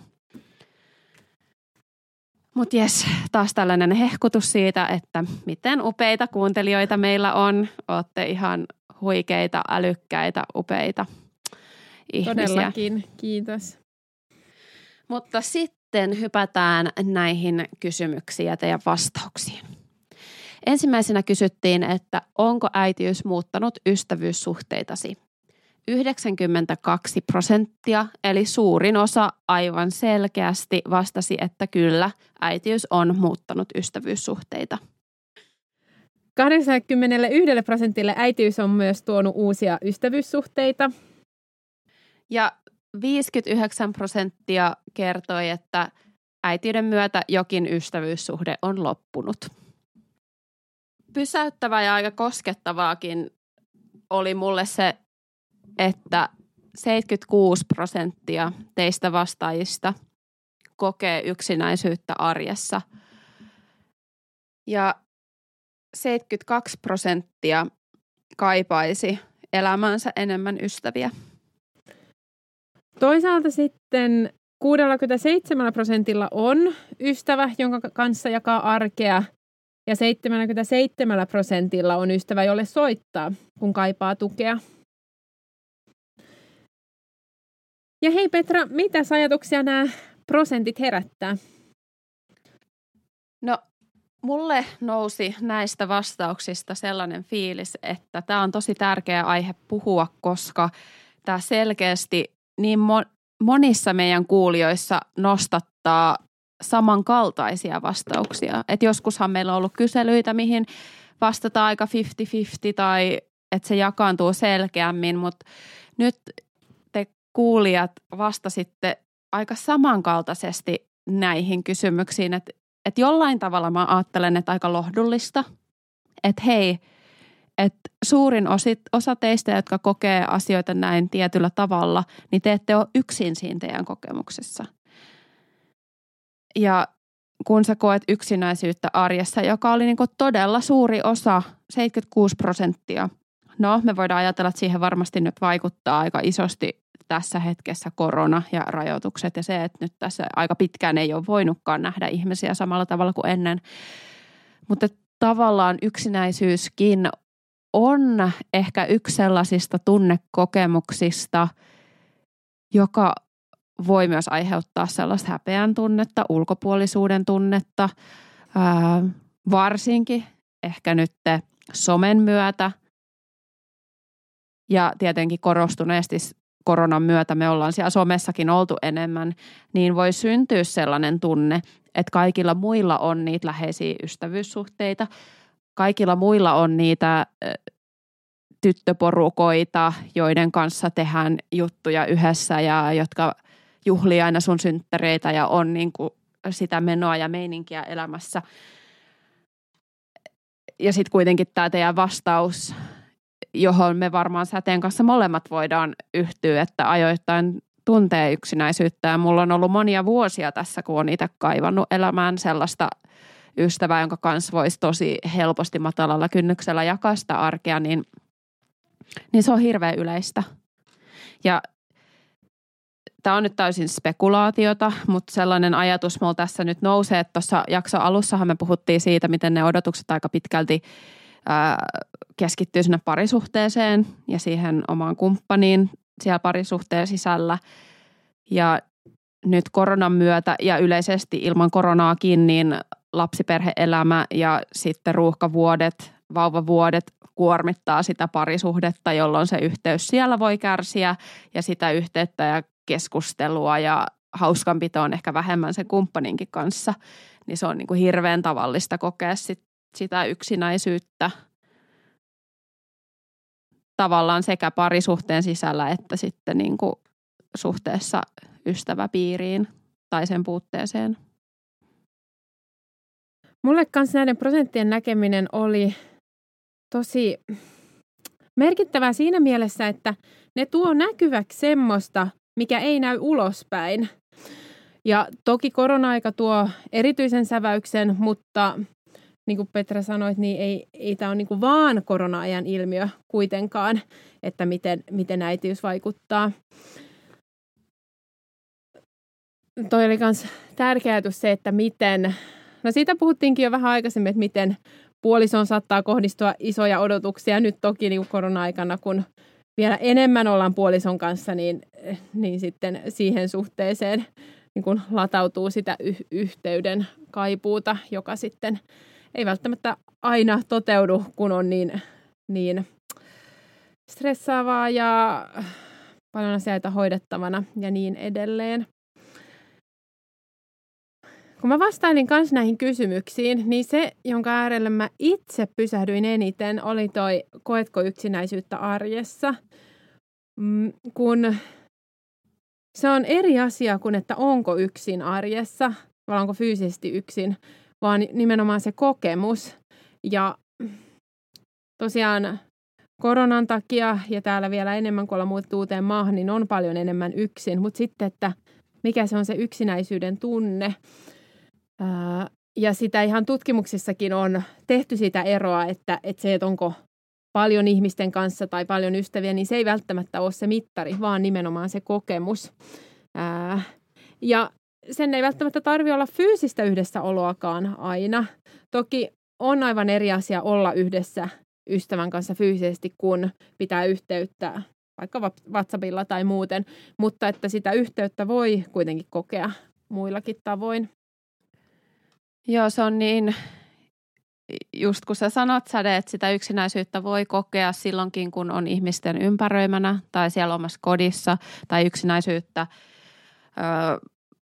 Mutta jes, taas tällainen hehkutus siitä, että miten upeita kuuntelijoita meillä on. Ootte ihan huikeita, älykkäitä, upeita ihmisiä. Todellakin, kiitos. Mutta sitten hypätään näihin kysymyksiin ja teidän vastauksiin. Ensimmäisenä kysyttiin, että onko äitiys muuttanut ystävyyssuhteitasi? yhdeksänkymmentäkaksi prosenttia, eli suurin osa aivan selkeästi vastasi, että kyllä, äitiys on muuttanut ystävyyssuhteita. kahdeksankymmentäyksi prosentille äitiys on myös tuonut uusia ystävyyssuhteita. Ja viisikymmentäyhdeksän prosenttia kertoi, että äitiyden myötä jokin ystävyyssuhde on loppunut. Pysäyttävää ja aika koskettavaakin oli mulle se, että seitsemänkymmentäkuusi prosenttia teistä vastaajista kokee yksinäisyyttä arjessa. Ja seitsemänkymmentäkaksi prosenttia kaipaisi elämäänsä enemmän ystäviä. Toisaalta sitten kuusikymmentäseitsemän prosentilla on ystävä, jonka kanssa jakaa arkea. Ja seitsemänkymmentäseitsemän prosentilla on ystävä, jolle soittaa, kun kaipaa tukea. Ja hei Petra, mitä ajatuksia nämä prosentit herättää? No, mulle nousi näistä vastauksista sellainen fiilis, että tämä on tosi tärkeä aihe puhua, koska tämä selkeästi niin monissa meidän kuulijoissa nostattaa samankaltaisia vastauksia. Et joskushan meillä on ollut kyselyitä, mihin vastataan aika viisikymmentä viisikymmentä tai että se jakaantuu selkeämmin, mutta nyt te kuulijat vastasitte aika samankaltaisesti näihin kysymyksiin, että et jollain tavalla mä ajattelen, että aika lohdullista, että hei, että suurin osit, osa teistä, jotka kokee asioita näin tietyllä tavalla, niin te ette ole yksin siinä teidän kokemuksessa. Ja kun sä koet yksinäisyyttä arjessa, joka oli niin kuin todella suuri osa, seitsemänkymmentäkuusi prosenttia. No, me voidaan ajatella, että siihen varmasti nyt vaikuttaa aika isosti tässä hetkessä korona ja rajoitukset ja se, että nyt tässä aika pitkään ei ole voinutkaan nähdä ihmisiä samalla tavalla kuin ennen. Mutta tavallaan yksinäisyyskin on ehkä yksi sellaisista tunnekokemuksista, joka voi myös aiheuttaa sellaista häpeän tunnetta, ulkopuolisuuden tunnetta, ää, varsinkin ehkä nyt somen myötä. Ja tietenkin korostuneesti koronan myötä me ollaan siellä somessakin oltu enemmän, niin voi syntyä sellainen tunne, että kaikilla muilla on niitä läheisiä ystävyyssuhteita, kaikilla muilla on niitä tyttöporukoita, joiden kanssa tehdään juttuja yhdessä ja jotka juhlii aina sun synttäreitä ja on niin kuin sitä menoa ja meininkiä elämässä. Ja sitten kuitenkin tämä teidän vastaus, johon me varmaan Säteen kanssa molemmat voidaan yhtyä, että ajoittain tuntee yksinäisyyttä. Ja mulla on ollut monia vuosia tässä, kun on itse kaivannut elämään sellaista ystävää, jonka kanssa voisi tosi helposti matalalla kynnyksellä jakaa sitä arkea, niin, niin se on hirveän yleistä. Ja tämä on nyt täysin spekulaatiota, mutta sellainen ajatus mulla tässä nyt nousee, että tuossa jakson alussahan me puhuttiin siitä, miten ne odotukset aika pitkälti ää, keskittyy sinne parisuhteeseen ja siihen omaan kumppaniin siellä parisuhteen sisällä. Ja nyt koronan myötä ja yleisesti ilman koronaakin, niin lapsiperhe-elämä ja sitten ruuhkavuodet, vauvavuodet kuormittaa sitä parisuhdetta, jolloin se yhteys siellä voi kärsiä ja sitä yhteyttä ja keskustelua ja hauskanpito on ehkä vähemmän sen kumppaninkin kanssa, niin se on niin kuin hirveän tavallista kokea sit, sitä yksinäisyyttä tavallaan sekä parisuhteen sisällä että sitten niin kuin suhteessa ystäväpiiriin tai sen puutteeseen. Mulle kanssa näiden prosenttien näkeminen oli tosi merkittävää siinä mielessä, että ne tuo näkyväksi semmoista, mikä ei näy ulospäin. Ja toki korona-aika tuo erityisen säväyksen, mutta niin kuin Petra sanoit, niin ei, ei tämä ole niin kuin vaan korona-ajan ilmiö kuitenkaan, että miten, miten äitiys vaikuttaa. Toi oli myös tärkeä ajatus se, että miten, no siitä puhuttiinkin jo vähän aikaisemmin, että miten puolisoon saattaa kohdistua isoja odotuksia. Nyt toki niin kuin korona-aikana, kun vielä enemmän ollaan puolison kanssa, niin, niin sitten siihen suhteeseen niin kuin latautuu sitä y- yhteyden kaipuuta, joka sitten ei välttämättä aina toteudu, kun on niin, niin stressaavaa ja paljon asioita hoidettavana ja niin edelleen. Kun mä vastailin kanssa näihin kysymyksiin, niin se, jonka äärelle mä itse pysähdyin eniten, oli toi koetko yksinäisyyttä arjessa. Kun se on eri asia kuin, että onko yksin arjessa, vai onko fyysisesti yksin, vaan nimenomaan se kokemus. Ja tosiaan koronan takia ja täällä vielä enemmän kuin ollaan muutettu uuteen maahan, niin on paljon enemmän yksin. Mutta sitten, että mikä se on se yksinäisyyden tunne. Ja sitä ihan tutkimuksissakin on tehty sitä eroa, että, että se, että onko paljon ihmisten kanssa tai paljon ystäviä, niin se ei välttämättä ole se mittari, vaan nimenomaan se kokemus. Ää, ja sen ei välttämättä tarvitse olla fyysistä yhdessäoloakaan aina. Toki on aivan eri asia olla yhdessä ystävän kanssa fyysisesti, kun pitää yhteyttä vaikka WhatsAppilla tai muuten, mutta että sitä yhteyttä voi kuitenkin kokea muillakin tavoin. Joo, se on niin, just kun sä sanot, Säde, että sitä yksinäisyyttä voi kokea silloinkin, kun on ihmisten ympäröimänä tai siellä omassa kodissa, tai yksinäisyyttä ö,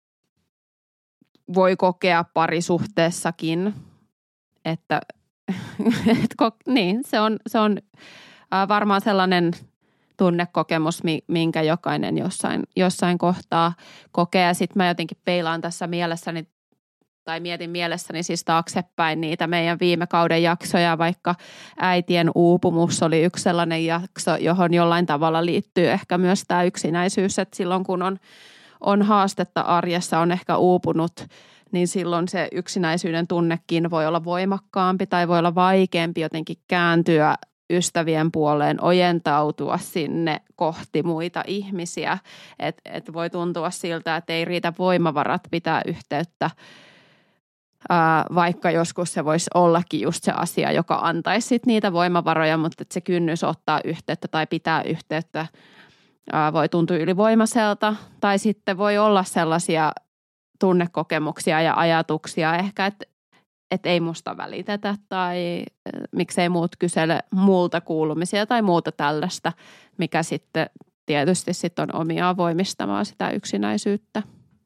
voi kokea parisuhteessakin, että et, niin, se on, se on ö, varmaan sellainen tunnekokemus, minkä jokainen jossain, jossain kohtaa kokee. Ja sitten mä jotenkin peilaan tässä mielessäni, tai mietin mielessäni siis taaksepäin niitä meidän viime kauden jaksoja, vaikka äitien uupumus oli yksi sellainen jakso, johon jollain tavalla liittyy ehkä myös tämä yksinäisyys, että silloin kun on, on haastetta arjessa, on ehkä uupunut, niin silloin se yksinäisyyden tunnekin voi olla voimakkaampi tai voi olla vaikeampi jotenkin kääntyä ystävien puoleen, ojentautua sinne kohti muita ihmisiä, että et voi tuntua siltä, että ei riitä voimavarat pitää yhteyttä Ää, vaikka joskus se voisi ollakin just se asia, joka antaisi sit niitä voimavaroja, mutta se kynnys ottaa yhteyttä tai pitää yhteyttä ää, voi tuntua ylivoimaiselta. Tai sitten voi olla sellaisia tunnekokemuksia ja ajatuksia ehkä, että et ei musta välitetä tai miksei muut kysele multa kuulumisia tai muuta tällaista, mikä sitten tietysti sit on omiaan voimistamaan sitä yksinäisyyttä.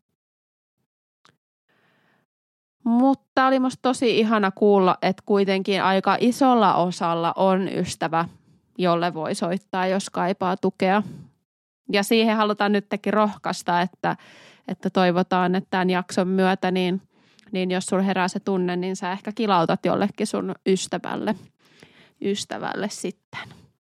Mutta oli musta tosi ihana kuulla, että kuitenkin aika isolla osalla on ystävä, jolle voi soittaa, jos kaipaa tukea. Ja siihen halutaan nytkin rohkaista, että, että toivotaan, että tämän jakson myötä, niin, niin jos sulla herää se tunne, niin sä ehkä kilautat jollekin sun ystävälle, ystävälle sitten.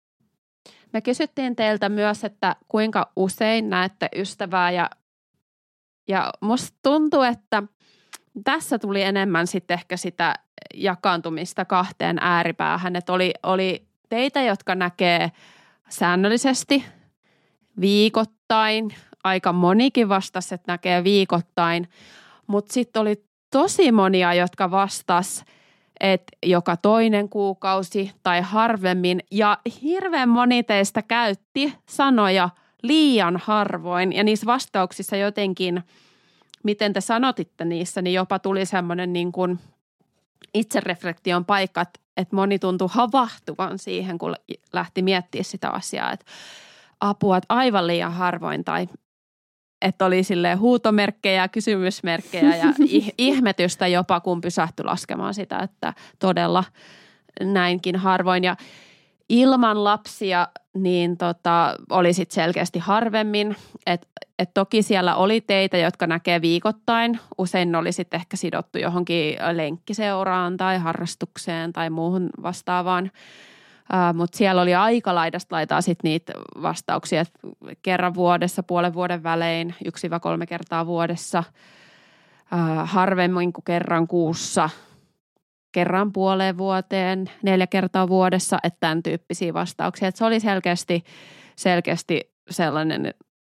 Me kysyttiin teiltä myös, että kuinka usein näette ystävää ja, ja musta tuntuu, että tässä tuli enemmän sitten ehkä sitä jakaantumista kahteen ääripäähän, että oli, oli teitä, jotka näkee säännöllisesti, viikoittain, aika monikin vastasi, että näkee viikoittain, mutta sitten oli tosi monia, jotka vastas, että joka toinen kuukausi tai harvemmin ja hirveän moni teistä käytti sanoja liian harvoin ja niissä vastauksissa jotenkin miten te sanotitte niissä, niin jopa tuli semmoinen niin kuin itsereflektion paikka, että moni tuntui havahtuvan siihen, kun lähti miettimään sitä asiaa, että apua, että aivan liian harvoin tai että oli silleen huutomerkkejä, kysymysmerkkejä ja ihmetystä jopa, kun pysähtyi laskemaan sitä, että todella näinkin harvoin. Ja ilman lapsia niin tota, oli sitten selkeästi harvemmin, että et toki siellä oli teitä, jotka näkee viikoittain. Usein ne oli sitten ehkä sidottu johonkin lenkkiseuraan tai harrastukseen tai muuhun vastaavaan. Uh, mutta siellä oli aika laidasta laitaa sitten niitä vastauksia, että kerran vuodessa, puolen vuoden välein, yksi vai kolme kertaa vuodessa, uh, harvemmin kuin kerran kuussa, kerran puoleen vuoteen, neljä kertaa vuodessa, että tämän tyyppisiä vastauksia. Et se oli selkeästi, selkeästi sellainen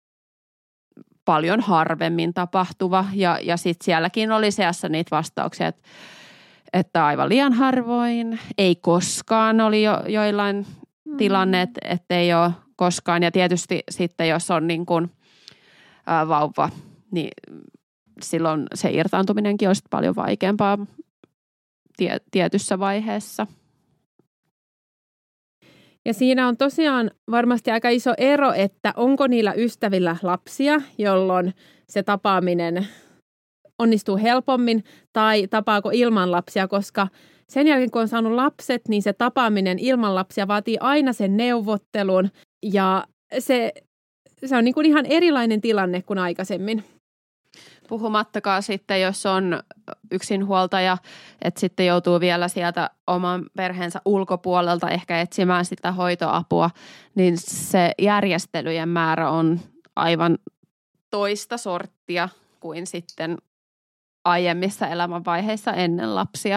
paljon harvemmin tapahtuva ja, ja sitten sielläkin oli seassa niitä vastauksia, että että aivan liian harvoin, ei koskaan oli jo joillain mm. tilanne, että ei ole koskaan. Ja tietysti sitten, jos on niin kuin ää, vauva, niin silloin se irtaantuminenkin olisi paljon vaikeampaa tie, tietyssä vaiheessa. Ja siinä on tosiaan varmasti aika iso ero, että onko niillä ystävillä lapsia, jolloin se tapaaminen onnistuu helpommin tai tapaako ilman lapsia, koska sen jälkeen kun on saanut lapset, niin se tapaaminen ilman lapsia vaatii aina sen neuvottelun ja se, se on niin kuin ihan erilainen tilanne kuin aikaisemmin. Puhumattakaan sitten, jos on yksinhuoltaja, että sitten joutuu vielä sieltä oman perheensä ulkopuolelta ehkä etsimään sitä hoitoapua, niin se järjestelyjen määrä on aivan toista sorttia kuin sitten aiemmissa elämänvaiheissa ennen lapsia.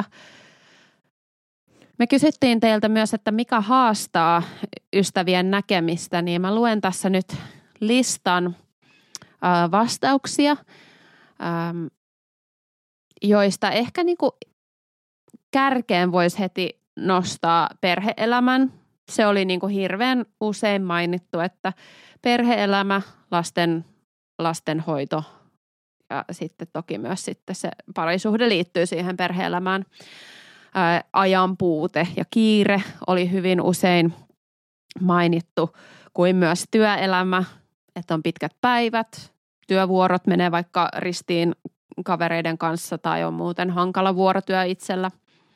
Me kysyttiin teiltä myös, että mikä haastaa ystävien näkemistä, niin mä luen tässä nyt listan ää, vastauksia, ää, joista ehkä niinku kärkeen voisi heti nostaa perhe-elämän. Se oli niinku hirveän usein mainittu, että perhe-elämä, lasten, lastenhoito ja sitten toki myös sitten se parisuhde liittyy siihen perhe-elämään. Ää, ajan puute ja kiire oli hyvin usein mainittu, kuin myös työelämä, että on pitkät päivät, työvuorot menee vaikka ristiin kavereiden kanssa tai on muuten hankala vuorotyö itsellä.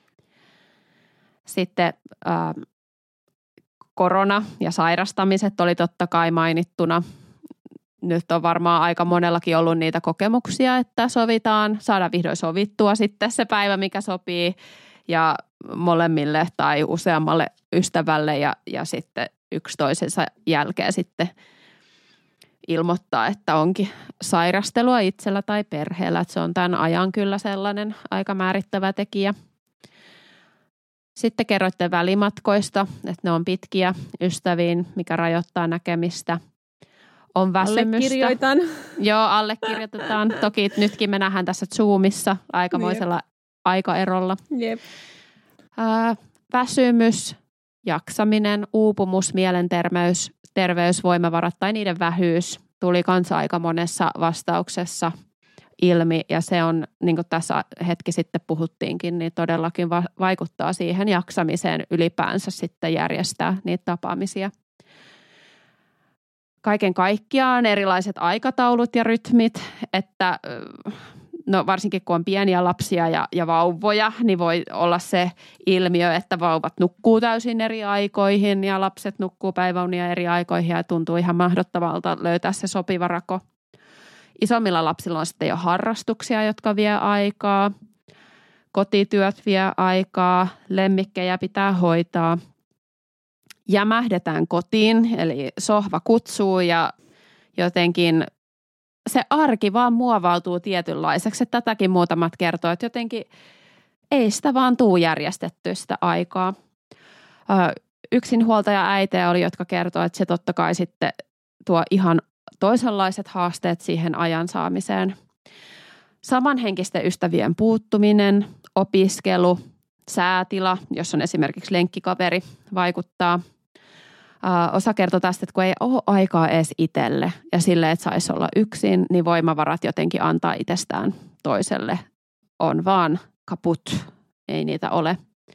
Sitten ää, korona ja sairastamiset oli totta kai mainittuna. Nyt on varmaan aika monellakin ollut niitä kokemuksia, että sovitaan, saadaan vihdoin sovittua sitten se päivä, mikä sopii ja molemmille tai useammalle ystävälle ja, ja sitten yksi toisensa jälkeen sitten ilmoittaa, että onkin sairastelua itsellä tai perheellä. Että se on tämän ajan kyllä sellainen aika määrittävä tekijä. Sitten kerroitte välimatkoista, että ne on pitkiä ystäviin, mikä rajoittaa näkemistä. On väsymystä. Allekirjoitan. Joo, allekirjoitetaan. Toki nytkin me nähdään tässä Zoomissa aikamoisella aikaerolla. Jep. Ää, väsymys, jaksaminen, uupumus, mielenterveys, terveysvoimavarat tai niiden vähyys tuli kanssa aika monessa vastauksessa ilmi. Ja se on, niin kuin tässä hetki sitten puhuttiinkin, niin todellakin va- vaikuttaa siihen jaksamiseen ylipäänsä sitten järjestää niitä tapaamisia. Kaiken kaikkiaan erilaiset aikataulut ja rytmit, että no varsinkin kun on pieniä lapsia ja, ja vauvoja, niin voi olla se ilmiö, että vauvat nukkuu täysin eri aikoihin ja lapset nukkuu päiväunia eri aikoihin ja tuntuu ihan mahdottomalta löytää se sopiva rako. Isommilla lapsilla on sitten jo harrastuksia, jotka vie aikaa, kotityöt vie aikaa, lemmikkejä pitää hoitaa. Jämähdetään kotiin, eli sohva kutsuu ja jotenkin se arki vaan muovautuu tietynlaiseksi. Tätäkin muutamat kertoo, että jotenkin ei sitä vaan tuu järjestettyä sitä aikaa. Yksinhuoltaja äitejä oli, jotka kertoo, että se totta kai sitten tuo ihan toisenlaiset haasteet siihen ajan saamiseen. Samanhenkisten ystävien puuttuminen, opiskelu, säätila, jos on esimerkiksi lenkkikaveri, vaikuttaa. Uh, osa kertoo tästä, että kun ei ole aikaa edes itselle ja sille, että saisi olla yksin, niin voimavarat jotenkin antaa itsestään toiselle on vaan kaput, ei niitä ole.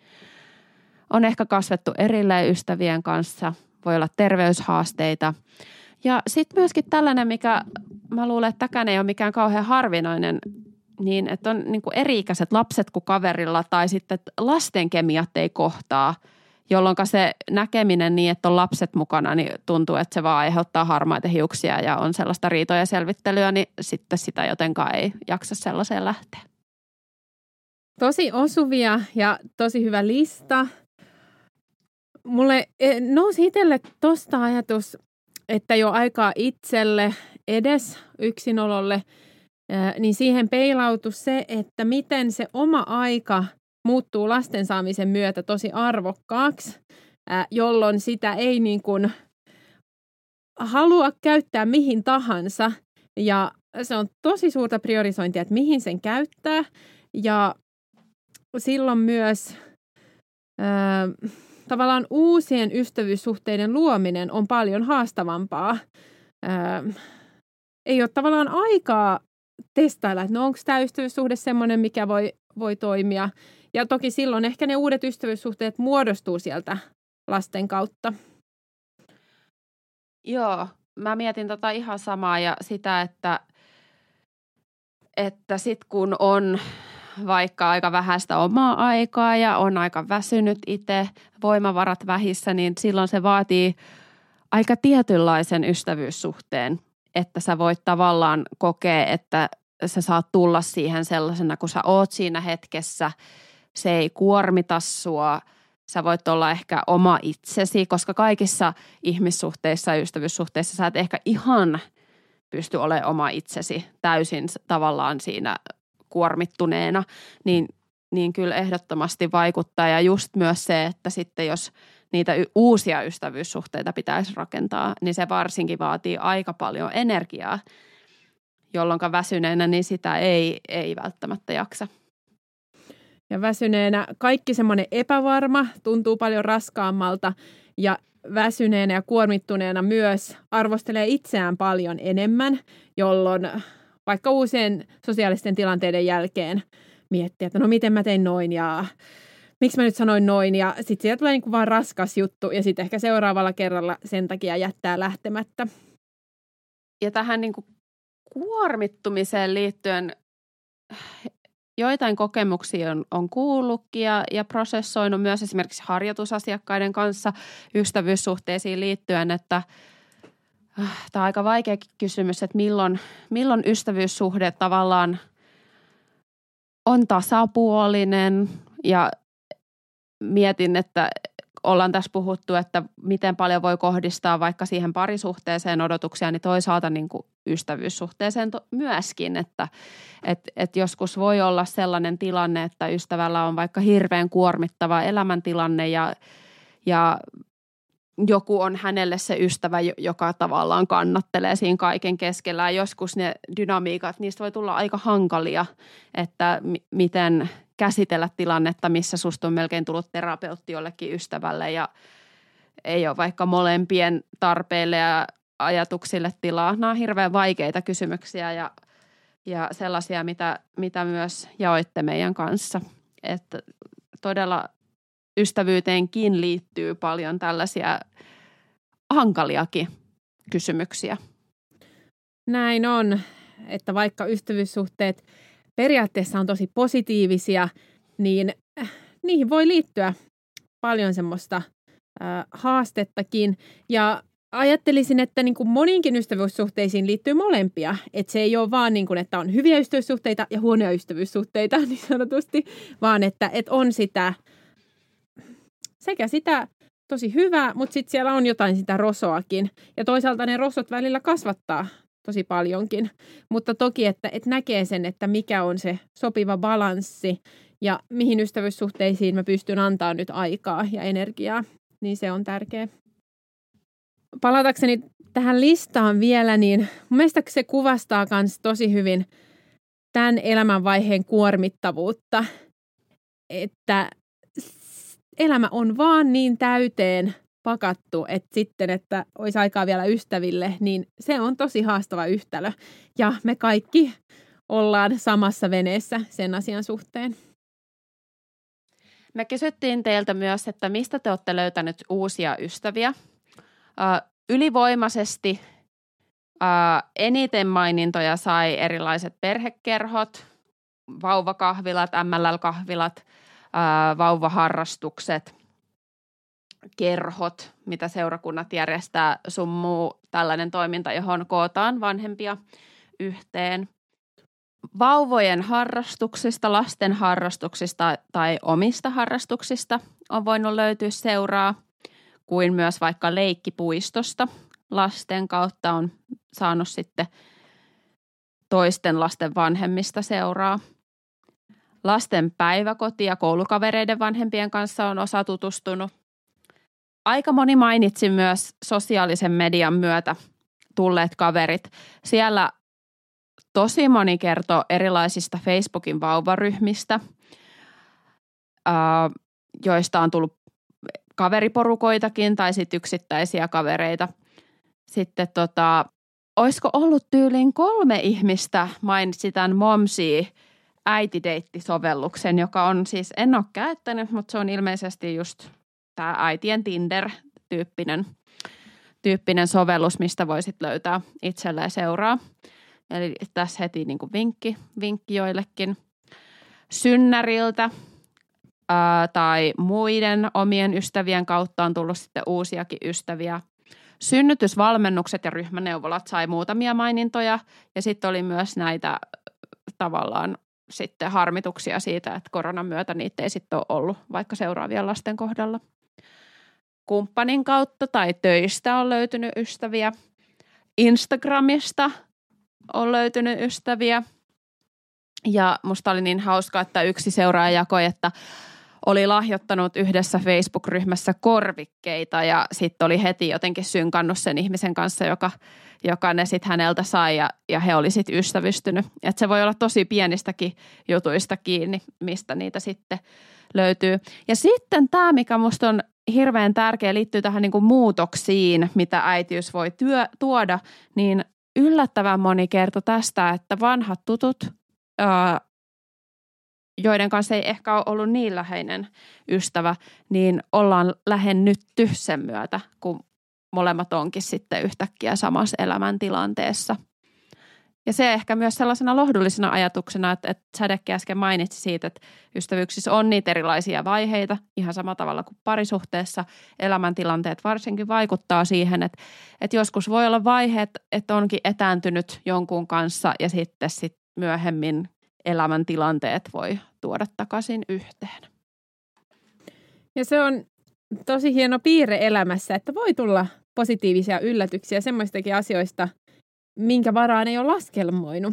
On ehkä kasvettu erilleen ystävien kanssa, voi olla terveyshaasteita. Ja sitten myöskin tällainen, mikä mä luulen, että tämäkään ei ole mikään kauhean harvinainen, niin että on niin kuin eri-ikäiset lapset kuin kaverilla tai sitten lasten kemiat ei kohtaa, jolloin se näkeminen niin, että on lapset mukana, niin tuntuu, että se vaan aiheuttaa harmaita hiuksia ja on sellaista riitoja ja selvittelyä, niin sitten sitä jotenkaan ei jaksa sellaiseen lähteä. Tosi osuvia ja tosi hyvä lista. Mulle nousi itselle tuosta ajatus, että jo aikaa itselle edes yksinololle, niin siihen peilautu se, että miten se oma aika muuttuu lasten saamisen myötä tosi arvokkaaksi, jolloin sitä ei niin kuin halua käyttää mihin tahansa. Ja se on tosi suurta priorisointia, että mihin sen käyttää. Ja silloin myös ää, tavallaan uusien ystävyyssuhteiden luominen on paljon haastavampaa. Ää, ei ole tavallaan aikaa testailla, että no onko tämä ystävyyssuhde semmoinen, mikä voi, voi toimia. Ja toki silloin ehkä ne uudet ystävyyssuhteet muodostuu sieltä lasten kautta. Joo, mä mietin tota ihan samaa ja sitä, että, että sit kun on vaikka aika vähäistä omaa aikaa ja on aika väsynyt itse, voimavarat vähissä, niin silloin se vaatii aika tietynlaisen ystävyyssuhteen, että sä voit tavallaan kokea, että sä saat tulla siihen sellaisena, kun sä oot siinä hetkessä. Se ei kuormita sua. Sä voit olla ehkä oma itsesi, koska kaikissa ihmissuhteissa ja ystävyyssuhteissa sä et ehkä ihan pysty olemaan oma itsesi täysin tavallaan siinä kuormittuneena. Niin, niin kyllä ehdottomasti vaikuttaa. Ja just myös se, että sitten jos niitä y- uusia ystävyyssuhteita pitäisi rakentaa, niin se varsinkin vaatii aika paljon energiaa, jolloin väsyneenä niin sitä ei, ei välttämättä jaksa. Ja väsyneenä kaikki semmoinen epävarma tuntuu paljon raskaammalta ja väsyneenä ja kuormittuneena myös arvostelee itseään paljon enemmän, jolloin vaikka uusien sosiaalisten tilanteiden jälkeen miettii, että no miten mä tein noin ja miksi mä nyt sanoin noin ja sitten sieltä tulee niin kuin vaan raskas juttu ja sitten ehkä seuraavalla kerralla sen takia jättää lähtemättä. Ja tähän niin kuin kuormittumiseen liittyen joitain kokemuksia on, on kuullutkin ja, ja prosessoinut myös esimerkiksi harjoitusasiakkaiden kanssa ystävyyssuhteisiin liittyen, että äh, tämä on aika vaikea kysymys, että milloin, milloin ystävyyssuhde tavallaan on tasapuolinen ja mietin, että ollaan tässä puhuttu, että miten paljon voi kohdistaa vaikka siihen parisuhteeseen odotuksia, niin toisaalta niin kuin ystävyyssuhteeseen to- myöskin, että et, et joskus voi olla sellainen tilanne, että ystävällä on vaikka hirveän kuormittava elämäntilanne ja, ja joku on hänelle se ystävä, joka tavallaan kannattelee siinä kaiken keskellä. Ja joskus ne dynamiikat, niistä voi tulla aika hankalia, että m- miten käsitellä tilannetta, missä susta on melkein tullut terapeutti jollekin ystävälle ja ei ole vaikka molempien tarpeille ja ajatuksille tilaa. Nämä on hirveän vaikeita kysymyksiä ja, ja sellaisia, mitä, mitä myös jaoitte meidän kanssa. Että todella ystävyyteenkin liittyy paljon tällaisia hankaliakin kysymyksiä. Näin on, että vaikka ystävyyssuhteet periaatteessa on tosi positiivisia, niin niihin voi liittyä paljon semmoista äh, haastettakin. Ja ajattelisin, että niin kuin moniinkin ystävyyssuhteisiin liittyy molempia. Että se ei ole vaan niin kuin, että on hyviä ystävyyssuhteita ja huonoja ystävyyssuhteita niin sanotusti, vaan että, että on sitä sekä sitä tosi hyvää, mutta sitten siellä on jotain sitä rosoakin. Ja toisaalta ne rosot välillä kasvattaa tosi paljonkin. Mutta toki, että, että näkee sen, että mikä on se sopiva balanssi ja mihin ystävyyssuhteisiin mä pystyn antaa nyt aikaa ja energiaa, niin se on tärkeä. Palatakseni tähän listaan vielä, niin mun mielestä se kuvastaa myös tosi hyvin tämän elämänvaiheen kuormittavuutta, että elämä on vaan niin täyteen pakattu, että sitten, että olisi aikaa vielä ystäville, niin se on tosi haastava yhtälö. Ja me kaikki ollaan samassa veneessä sen asian suhteen. Me kysyttiin teiltä myös, että mistä te olette löytänyt uusia ystäviä. Uh, ylivoimaisesti uh, eniten mainintoja sai erilaiset perhekerhot, vauvakahvilat, M L L-kahvilat, uh, vauvaharrastukset, kerhot, mitä seurakunnat järjestää, sun muu tällainen toiminta, johon kootaan vanhempia yhteen. Vauvojen harrastuksista, lasten harrastuksista tai omista harrastuksista on voinut löytyä seuraa, kuin myös vaikka leikkipuistosta. Lasten kautta on saanut sitten toisten lasten vanhemmista seuraa. Lasten päiväkoti- ja koulukavereiden vanhempien kanssa on osa tutustunut. Aika moni mainitsi myös sosiaalisen median myötä tulleet kaverit. Siellä tosi moni kertoo erilaisista Facebookin vauvaryhmistä, joista on tullut kaveriporukoitakin tai sitten yksittäisiä kavereita. Sitten tota, olisiko ollut tyyliin kolme ihmistä mainitsi tämän Momsy äitideitti-sovelluksen, joka on siis, en ole käyttänyt, mutta se on ilmeisesti just tämä äitien Tinder-tyyppinen tyyppinen sovellus, mistä voisit löytää itselleen seuraa. Eli tässä heti niin kuin vinkki, vinkki joillekin. Synnäriltä ää, tai muiden omien ystävien kautta on tullut sitten uusiakin ystäviä. Synnytysvalmennukset ja ryhmäneuvolat sai muutamia mainintoja ja sitten oli myös näitä tavallaan sitten harmituksia siitä, että koronan myötä niitä ei sitten ole ollut vaikka seuraavien lasten kohdalla. Kumppanin kautta tai töistä on löytynyt ystäviä. Instagramista on löytynyt ystäviä. Ja musta oli niin hauska, että yksi seuraaja jakoi, että oli lahjoittanut yhdessä Facebook-ryhmässä korvikkeita ja sitten oli heti jotenkin synkannut sen ihmisen kanssa, joka, joka ne sitten häneltä sai ja, ja he oli sitten ystävystynyt. Että se voi olla tosi pienistäkin jutuista kiinni, mistä niitä sitten löytyy. Ja sitten tämä, mikä musta on hirveän tärkeä, liittyy tähän niin kuin muutoksiin, mitä äitiys voi työ, tuoda, niin yllättävän moni kertoi tästä, että vanhat tutut, ää, joiden kanssa ei ehkä ole ollut niin läheinen ystävä, niin ollaan lähennytty sen myötä, kun molemmat onkin sitten yhtäkkiä samassa elämäntilanteessa. Ja se ehkä myös sellaisena lohdullisena ajatuksena, että, että Sädekin äsken mainitsi siitä, että ystävyyksissä on niitä erilaisia vaiheita, ihan samalla tavalla kuin parisuhteessa. Elämäntilanteet varsinkin vaikuttaa siihen, että, että joskus voi olla vaiheet, että onkin etääntynyt jonkun kanssa ja sitten sit myöhemmin elämäntilanteet voi tuoda takaisin yhteen. Ja se on tosi hieno piirre elämässä, että voi tulla positiivisia yllätyksiä semmoistakin asioista, minkä varaan ei ole laskelmoinut.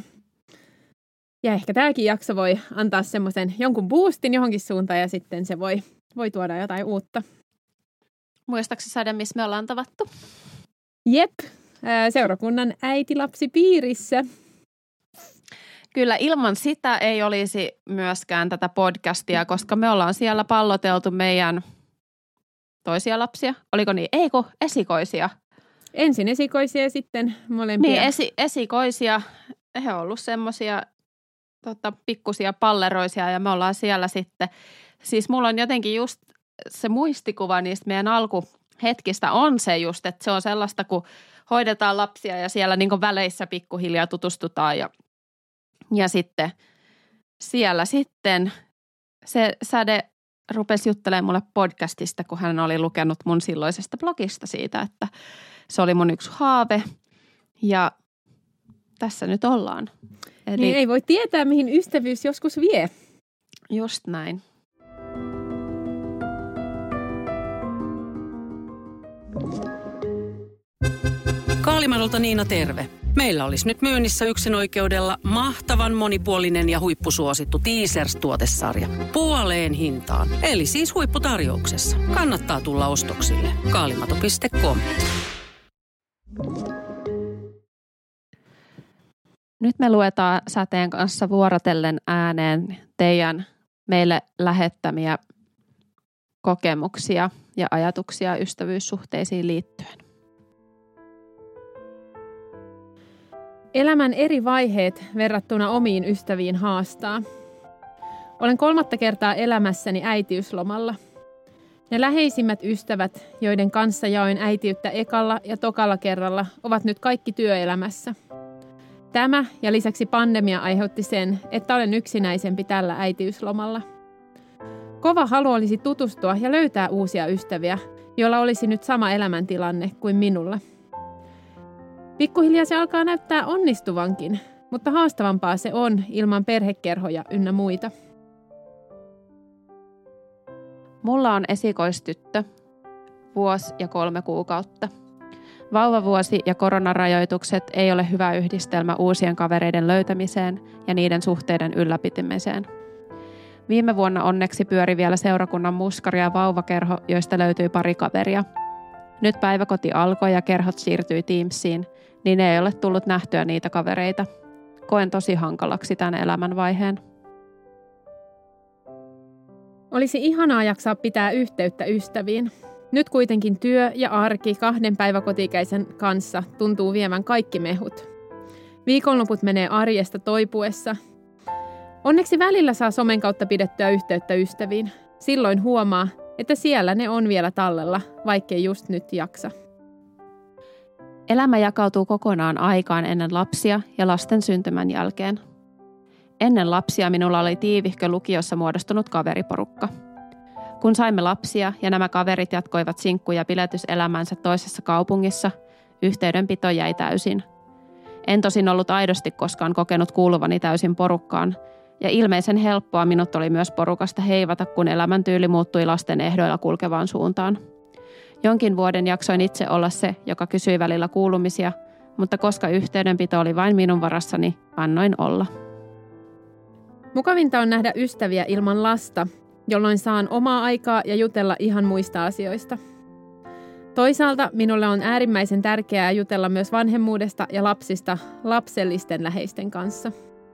Ja ehkä tämäkin jakso voi antaa semmoisen jonkun boostin johonkin suuntaan ja sitten se voi, voi tuoda jotain uutta. Muistaakseni Sade, missä me ollaan tavattu? Jep, seurakunnan äitilapsipiirissä. Kyllä ilman sitä ei olisi myöskään tätä podcastia, koska me ollaan siellä palloteltu meidän toisia lapsia. Oliko niin? Ei kun esikoisia. Ensin esikoisia ja sitten molempia. Niin, esi- esikoisia. He on ollut semmoisia tota, pikkusia palleroisia ja me ollaan siellä sitten. Siis mulla on jotenkin just se muistikuva niistä meidän alkuhetkistä on se just, että se on sellaista, kun hoidetaan lapsia ja siellä niin kuin väleissä pikkuhiljaa tutustutaan ja, ja sitten siellä sitten se Säde rupesi juttelemaan mulle podcastista, kun hän oli lukenut mun silloisesta blogista siitä, että se oli mun yksi haave ja tässä nyt ollaan. Eli niin ei voi tietää, mihin ystävyys joskus vie. Just näin. Kaalimadolta Niina terve. Meillä olisi nyt myynnissä yksinoikeudella mahtavan monipuolinen ja huippusuosittu Teasers-tuotesarja. Puoleen hintaan, eli siis huipputarjouksessa. Kannattaa tulla ostoksille. kaalimato piste com. Nyt me luetaan Säteen kanssa vuorotellen ääneen teidän meille lähettämiä kokemuksia ja ajatuksia ystävyyssuhteisiin liittyen. Elämän eri vaiheet verrattuna omiin ystäviin haastaa. Olen kolmatta kertaa elämässäni äitiyslomalla. Ne läheisimmät ystävät, joiden kanssa jaoin äitiyttä ekalla ja tokalla kerralla, ovat nyt kaikki työelämässä. Tämä ja lisäksi pandemia aiheutti sen, että olen yksinäisempi tällä äitiyslomalla. Kova halu olisi tutustua ja löytää uusia ystäviä, joilla olisi nyt sama elämäntilanne kuin minulla. Pikkuhiljaa se alkaa näyttää onnistuvankin, mutta haastavampaa se on ilman perhekerhoja ynnä muita. Mulla on esikoistyttö, vuosi ja kolme kuukautta. Vauvavuosi ja koronarajoitukset ei ole hyvä yhdistelmä uusien kavereiden löytämiseen ja niiden suhteiden ylläpitämiseen. Viime vuonna onneksi pyöri vielä seurakunnan muskari- ja vauvakerho, joista löytyi pari kaveria. Nyt päiväkoti alkoi ja kerhot siirtyi Teamsiin, niin ei ole tullut nähtyä niitä kavereita. Koen tosi hankalaksi tämän elämänvaiheen. Olisi ihanaa jaksaa pitää yhteyttä ystäviin. Nyt kuitenkin työ ja arki kahden päiväkotiikäisen kanssa tuntuu viemään kaikki mehut. Viikonloput menee arjesta toipuessa. Onneksi välillä saa somen kautta pidettyä yhteyttä ystäviin. Silloin huomaa, että siellä ne on vielä tallella, vaikkei just nyt jaksa. Elämä jakautuu kokonaan aikaan ennen lapsia ja lasten syntymän jälkeen. Ennen lapsia minulla oli tiivihkö lukiossa muodostunut kaveriporukka. Kun saimme lapsia ja nämä kaverit jatkoivat sinkku- ja piletyselämänsä toisessa kaupungissa, yhteydenpito jäi täysin. En tosin ollut aidosti koskaan kokenut kuuluvani täysin porukkaan, ja ilmeisen helppoa minut oli myös porukasta heivata, kun elämäntyyli muuttui lasten ehdoilla kulkevaan suuntaan. Jonkin vuoden jaksoin itse olla se, joka kysyi välillä kuulumisia, mutta koska yhteydenpito oli vain minun varassani, annoin olla. Mukavinta on nähdä ystäviä ilman lasta, jolloin saan omaa aikaa ja jutella ihan muista asioista. Toisaalta minulle on äärimmäisen tärkeää jutella myös vanhemmuudesta ja lapsista lapsellisten läheisten kanssa.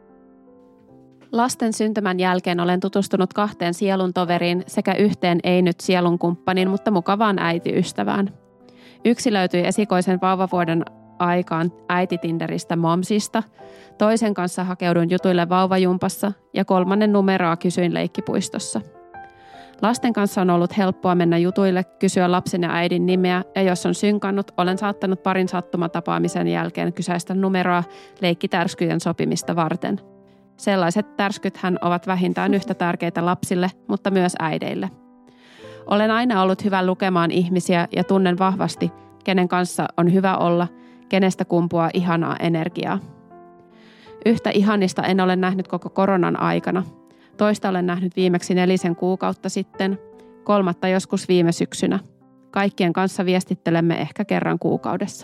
Lasten syntymän jälkeen olen tutustunut kahteen sieluntoveriin sekä yhteen ei nyt sielunkumppanin, mutta mukavaan äitiystävään. Yksi löytyi esikoisen vauvavuoden aikaan äititinderistä Momsista, toisen kanssa hakeuduin jutuille vauvajumpassa ja kolmannen numeroa kysyin leikkipuistossa. Lasten kanssa on ollut helppoa mennä jutuille, kysyä lapsen ja äidin nimeä ja jos on synkannut, olen saattanut parin sattumatapaamisen jälkeen kyseistä numeroa leikkitärskyjen sopimista varten. Sellaiset tärskythän ovat vähintään yhtä tärkeitä lapsille, mutta myös äideille. Olen aina ollut hyvä lukemaan ihmisiä ja tunnen vahvasti, kenen kanssa on hyvä olla, kenestä kumpuaa ihanaa energiaa. Yhtä ihanista en ole nähnyt koko koronan aikana. Toista olen nähnyt viimeksi nelisen kuukautta sitten, kolmatta joskus viime syksynä. Kaikkien kanssa viestittelemme ehkä kerran kuukaudessa.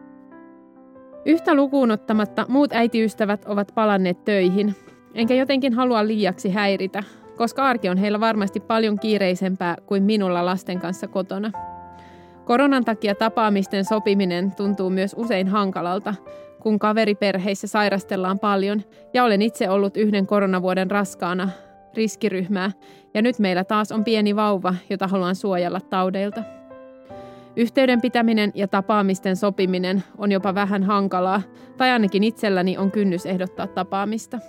Yhtä lukuun ottamatta muut äitiystävät ovat palanneet töihin, enkä jotenkin halua liiaksi häiritä, koska arki on heillä varmasti paljon kiireisempää kuin minulla lasten kanssa kotona. Koronan takia tapaamisten sopiminen tuntuu myös usein hankalalta, kun kaveriperheissä sairastellaan paljon ja olen itse ollut yhden koronavuoden raskaana riskiryhmää ja nyt meillä taas on pieni vauva, jota haluan suojella taudeilta. Yhteyden pitäminen ja tapaamisten sopiminen on jopa vähän hankalaa, tai ainakin itselläni on kynnys ehdottaa tapaamista.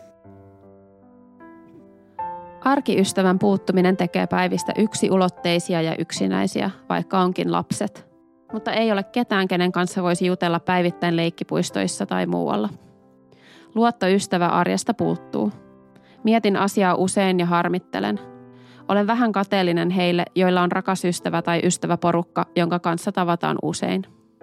Arkiystävän puuttuminen tekee päivistä yksiulotteisia ja yksinäisiä, vaikka onkin lapset. Mutta ei ole ketään, kenen kanssa voisi jutella päivittäin leikkipuistoissa tai muualla. Luottoystävä arjesta puuttuu. Mietin asiaa usein ja harmittelen. Olen vähän kateellinen heille, joilla on rakas ystävä tai ystäväporukka, jonka kanssa tavataan usein.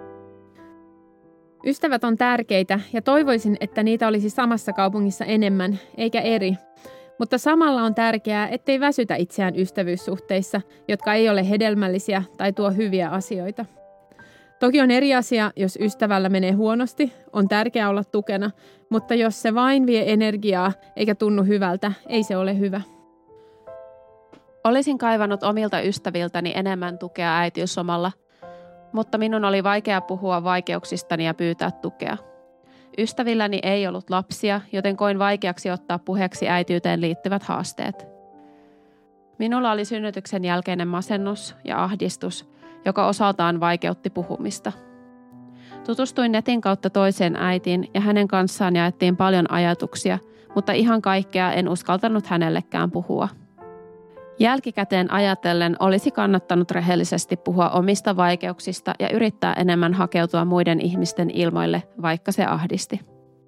Ystävät on tärkeitä ja toivoisin, että niitä olisi samassa kaupungissa enemmän, eikä eri. Mutta samalla on tärkeää, ettei väsytä itseään ystävyyssuhteissa, jotka ei ole hedelmällisiä tai tuo hyviä asioita. Toki on eri asia, jos ystävällä menee huonosti, on tärkeää olla tukena, mutta jos se vain vie energiaa eikä tunnu hyvältä, ei se ole hyvä. Olisin kaivannut omilta ystäviltäni enemmän tukea äitiyslomalla, mutta minun oli vaikea puhua vaikeuksistani ja pyytää tukea. Ystävilläni ei ollut lapsia, joten koin vaikeaksi ottaa puheeksi äitiyteen liittyvät haasteet. Minulla oli synnytyksen jälkeinen masennus ja ahdistus, joka osaltaan vaikeutti puhumista. Tutustuin netin kautta toiseen äitiin ja hänen kanssaan jaettiin paljon ajatuksia, mutta ihan kaikkea en uskaltanut hänellekään puhua. Jälkikäteen ajatellen olisi kannattanut rehellisesti puhua omista vaikeuksista ja yrittää enemmän hakeutua muiden ihmisten ilmoille, vaikka se ahdisti.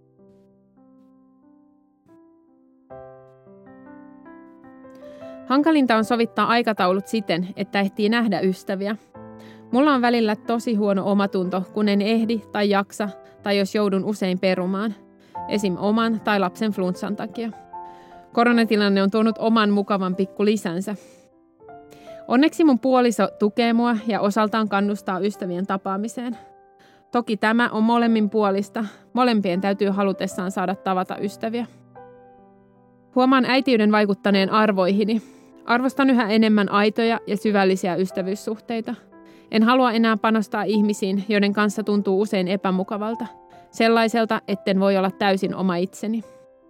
Hankalinta on sovittaa aikataulut siten, että ehtii nähdä ystäviä. Mulla on välillä tosi huono omatunto, kun en ehdi tai jaksa, tai jos joudun usein perumaan. Esim. Oman tai lapsen flunssan takia. Koronatilanne on tuonut oman mukavan pikku lisänsä. Onneksi mun puoliso tukee mua ja osaltaan kannustaa ystävien tapaamiseen. Toki tämä on molemmin puolista. Molempien täytyy halutessaan saada tavata ystäviä. Huomaan äitiyden vaikuttaneen arvoihini. Arvostan yhä enemmän aitoja ja syvällisiä ystävyyssuhteita. En halua enää panostaa ihmisiin, joiden kanssa tuntuu usein epämukavalta. Sellaiselta, etten voi olla täysin oma itseni.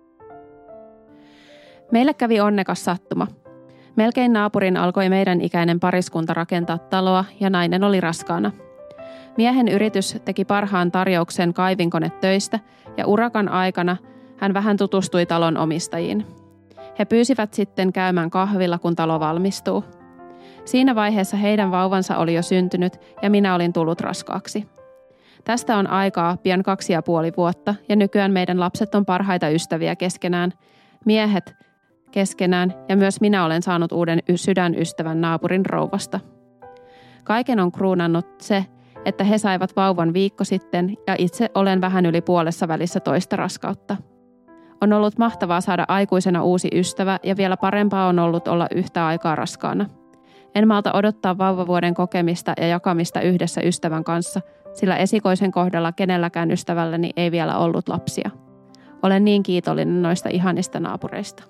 Meille kävi onnekas sattuma. Melkein naapurin alkoi meidän ikäinen pariskunta rakentaa taloa ja nainen oli raskaana. Miehen yritys teki parhaan tarjouksen kaivinkonetöistä ja urakan aikana hän vähän tutustui talon omistajiin. He pyysivät sitten käymään kahvilla, kun talo valmistuu. Siinä vaiheessa heidän vauvansa oli jo syntynyt ja minä olin tullut raskaaksi. Tästä on aikaa pian kaksi ja puoli vuotta ja nykyään meidän lapset on parhaita ystäviä keskenään, miehet keskenään ja myös minä olen saanut uuden sydänystävän naapurin rouvasta. Kaiken on kruunannut se, että he saivat vauvan viikko sitten ja itse olen vähän yli puolessa välissä toista raskautta. On ollut mahtavaa saada aikuisena uusi ystävä ja vielä parempaa on ollut olla yhtä aikaa raskaana. En malta odottaa vauvavuoden kokemista ja jakamista yhdessä ystävän kanssa, sillä esikoisen kohdalla kenelläkään ystävälläni ei vielä ollut lapsia. Olen niin kiitollinen noista ihanista naapureista.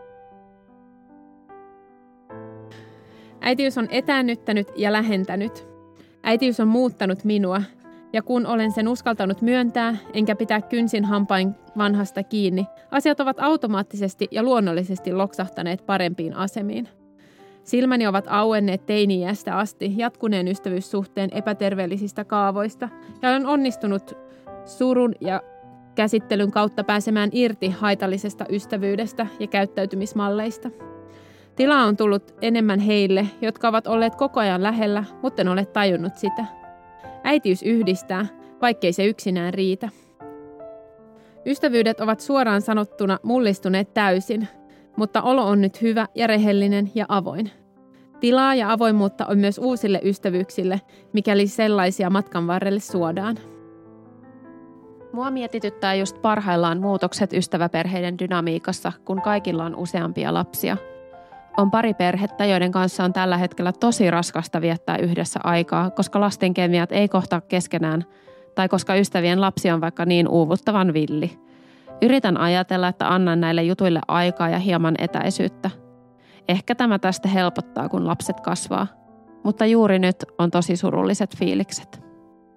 Äitiys on etäännyttänyt ja lähentänyt. Äitiys on muuttanut minua, ja kun olen sen uskaltanut myöntää, enkä pitää kynsin hampain vanhasta kiinni, asiat ovat automaattisesti ja luonnollisesti loksahtaneet parempiin asemiin. Silmäni ovat auenneet teini-iästä asti jatkuneen ystävyyssuhteen epäterveellisistä kaavoista, ja olen onnistunut surun ja käsittelyn kautta pääsemään irti haitallisesta ystävyydestä ja käyttäytymismalleista. Tilaa on tullut enemmän heille, jotka ovat olleet koko ajan lähellä, mutta en ole tajunnut sitä. Äitiys yhdistää, vaikkei se yksinään riitä. Ystävyydet ovat suoraan sanottuna mullistuneet täysin, mutta olo on nyt hyvä ja rehellinen ja avoin. Tilaa ja avoimuutta on myös uusille ystävyyksille, mikäli sellaisia matkan varrelle suodaan. Mua mietityttää just parhaillaan muutokset ystäväperheiden dynamiikassa, kun kaikilla on useampia lapsia. On pari perhettä, joiden kanssa on tällä hetkellä tosi raskasta viettää yhdessä aikaa, koska lasten kemiat ei kohtaa keskenään, tai koska ystävien lapsi on vaikka niin uuvuttavan villi. Yritän ajatella, että annan näille jutuille aikaa ja hieman etäisyyttä. Ehkä tämä tästä helpottaa, kun lapset kasvaa, mutta juuri nyt on tosi surulliset fiilikset.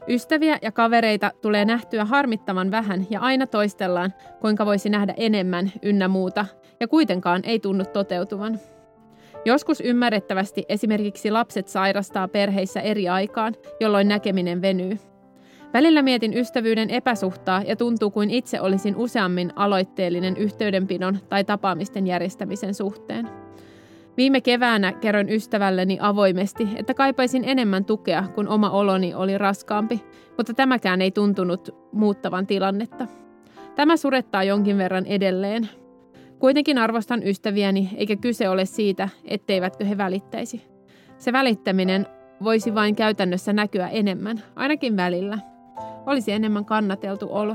Ystäviä ja kavereita tulee nähtyä harmittavan vähän ja aina toistellaan, kuinka voisi nähdä enemmän ynnä muuta, ja kuitenkaan ei tunnu toteutuvan. Joskus ymmärrettävästi esimerkiksi lapset sairastaa perheissä eri aikaan, jolloin näkeminen venyy. Välillä mietin ystävyyden epäsuhtaa ja tuntuu kuin itse olisin useammin aloitteellinen yhteydenpidon tai tapaamisten järjestämisen suhteen. Viime keväänä kerroin ystävälleni avoimesti, että kaipaisin enemmän tukea, kun oma oloni oli raskaampi, mutta tämäkään ei tuntunut muuttavan tilannetta. Tämä surettaa jonkin verran edelleen. Kuitenkin arvostan ystäviäni, eikä kyse ole siitä, etteivätkö he välittäisi. Se välittäminen voisi vain käytännössä näkyä enemmän, ainakin välillä. Olisi enemmän kannateltu olo.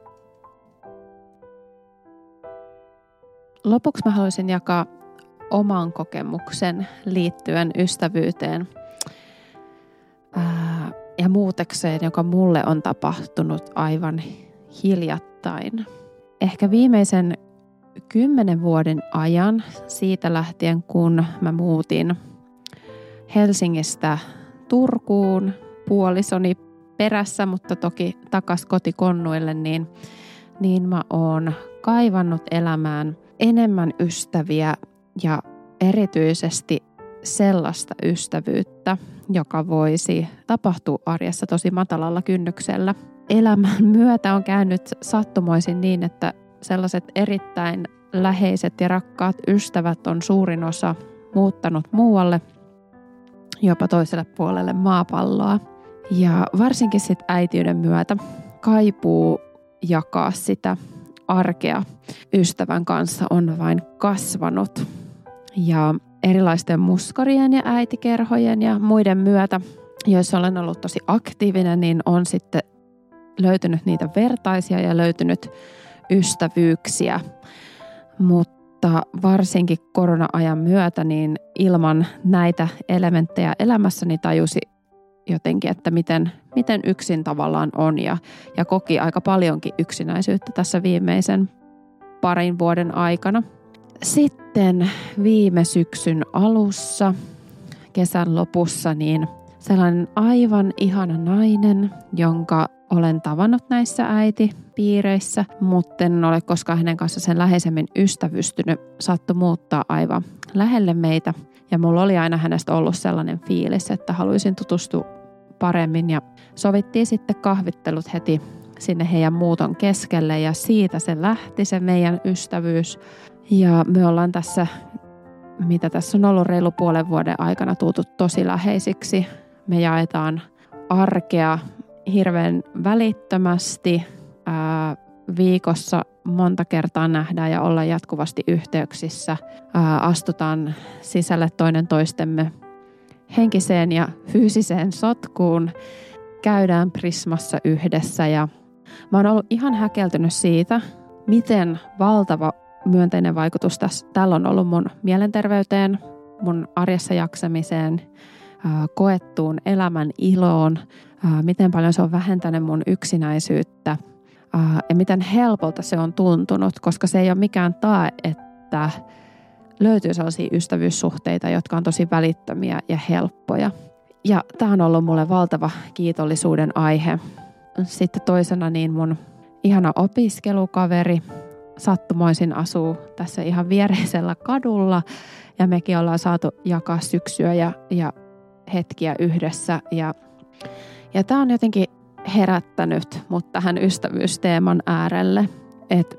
Lopuksi mä haluaisin jakaa oman kokemuksen liittyen ystävyyteen ää, ja muutokseen, joka mulle on tapahtunut aivan hiljattain. Ehkä viimeisen kymmenen vuoden ajan siitä lähtien, kun mä muutin Helsingistä Turkuun puolisoni perässä, mutta toki takas kotikonnuille, niin, niin mä oon kaivannut elämään enemmän ystäviä ja erityisesti sellaista ystävyyttä, joka voisi tapahtua arjessa tosi matalalla kynnyksellä. Elämän myötä on käynyt sattumoisin niin, että sellaiset erittäin läheiset ja rakkaat ystävät on suurin osa muuttanut muualle, jopa toiselle puolelle maapalloa. Ja varsinkin sit äitiyden myötä kaipuu jakaa sitä arkea ystävän kanssa on vain kasvanut. Ja erilaisten muskarien ja äitikerhojen ja muiden myötä, joissa olen ollut tosi aktiivinen, niin on sitten löytynyt niitä vertaisia ja löytynyt ystävyyksiä. Mutta varsinkin korona-ajan myötä, niin ilman näitä elementtejä elämässäni tajusi jotenkin, että miten, miten yksin tavallaan on ja, ja koki aika paljonkin yksinäisyyttä tässä viimeisen parin vuoden aikana. Sitten viime syksyn alussa, kesän lopussa, niin sellainen aivan ihana nainen, jonka olen tavannut näissä äitipiireissä, mutta en ole koskaan hänen kanssa sen läheisemmin ystävystynyt, sattui muuttaa aivan lähelle meitä. Ja mulla oli aina hänestä ollut sellainen fiilis, että haluaisin tutustua paremmin ja sovittiin sitten kahvittelut heti sinne heidän muuton keskelle ja siitä se lähti se meidän ystävyys. Ja me ollaan tässä, mitä tässä on ollut reilu puolen vuoden aikana tultu tosi läheisiksi. Me jaetaan arkea hirveän välittömästi. Ää, viikossa monta kertaa nähdään ja ollaan jatkuvasti yhteyksissä. Ää, astutaan sisälle toinen toistemme henkiseen ja fyysiseen sotkuun. Käydään Prismassa yhdessä ja mä oon ollut ihan häkeltynyt siitä, miten valtava myönteinen vaikutus tässä, tällä on ollut mun mielenterveyteen, mun arjessa jaksamiseen, ää, koettuun elämän iloon, ää, miten paljon se on vähentänyt mun yksinäisyyttä ää, ja miten helpolta se on tuntunut, koska se ei ole mikään tae, että löytyy sellaisia ystävyyssuhteita, jotka on tosi välittömiä ja helppoja. Ja tämä on ollut mulle valtava kiitollisuuden aihe. Sitten toisena niin mun ihana opiskelukaveri sattumoisin asuu tässä ihan viereisellä kadulla ja mekin ollaan saatu jakaa syksyä ja, ja hetkiä yhdessä. Ja, ja tämä on jotenkin herättänyt mut tähän ystävyysteeman äärelle, että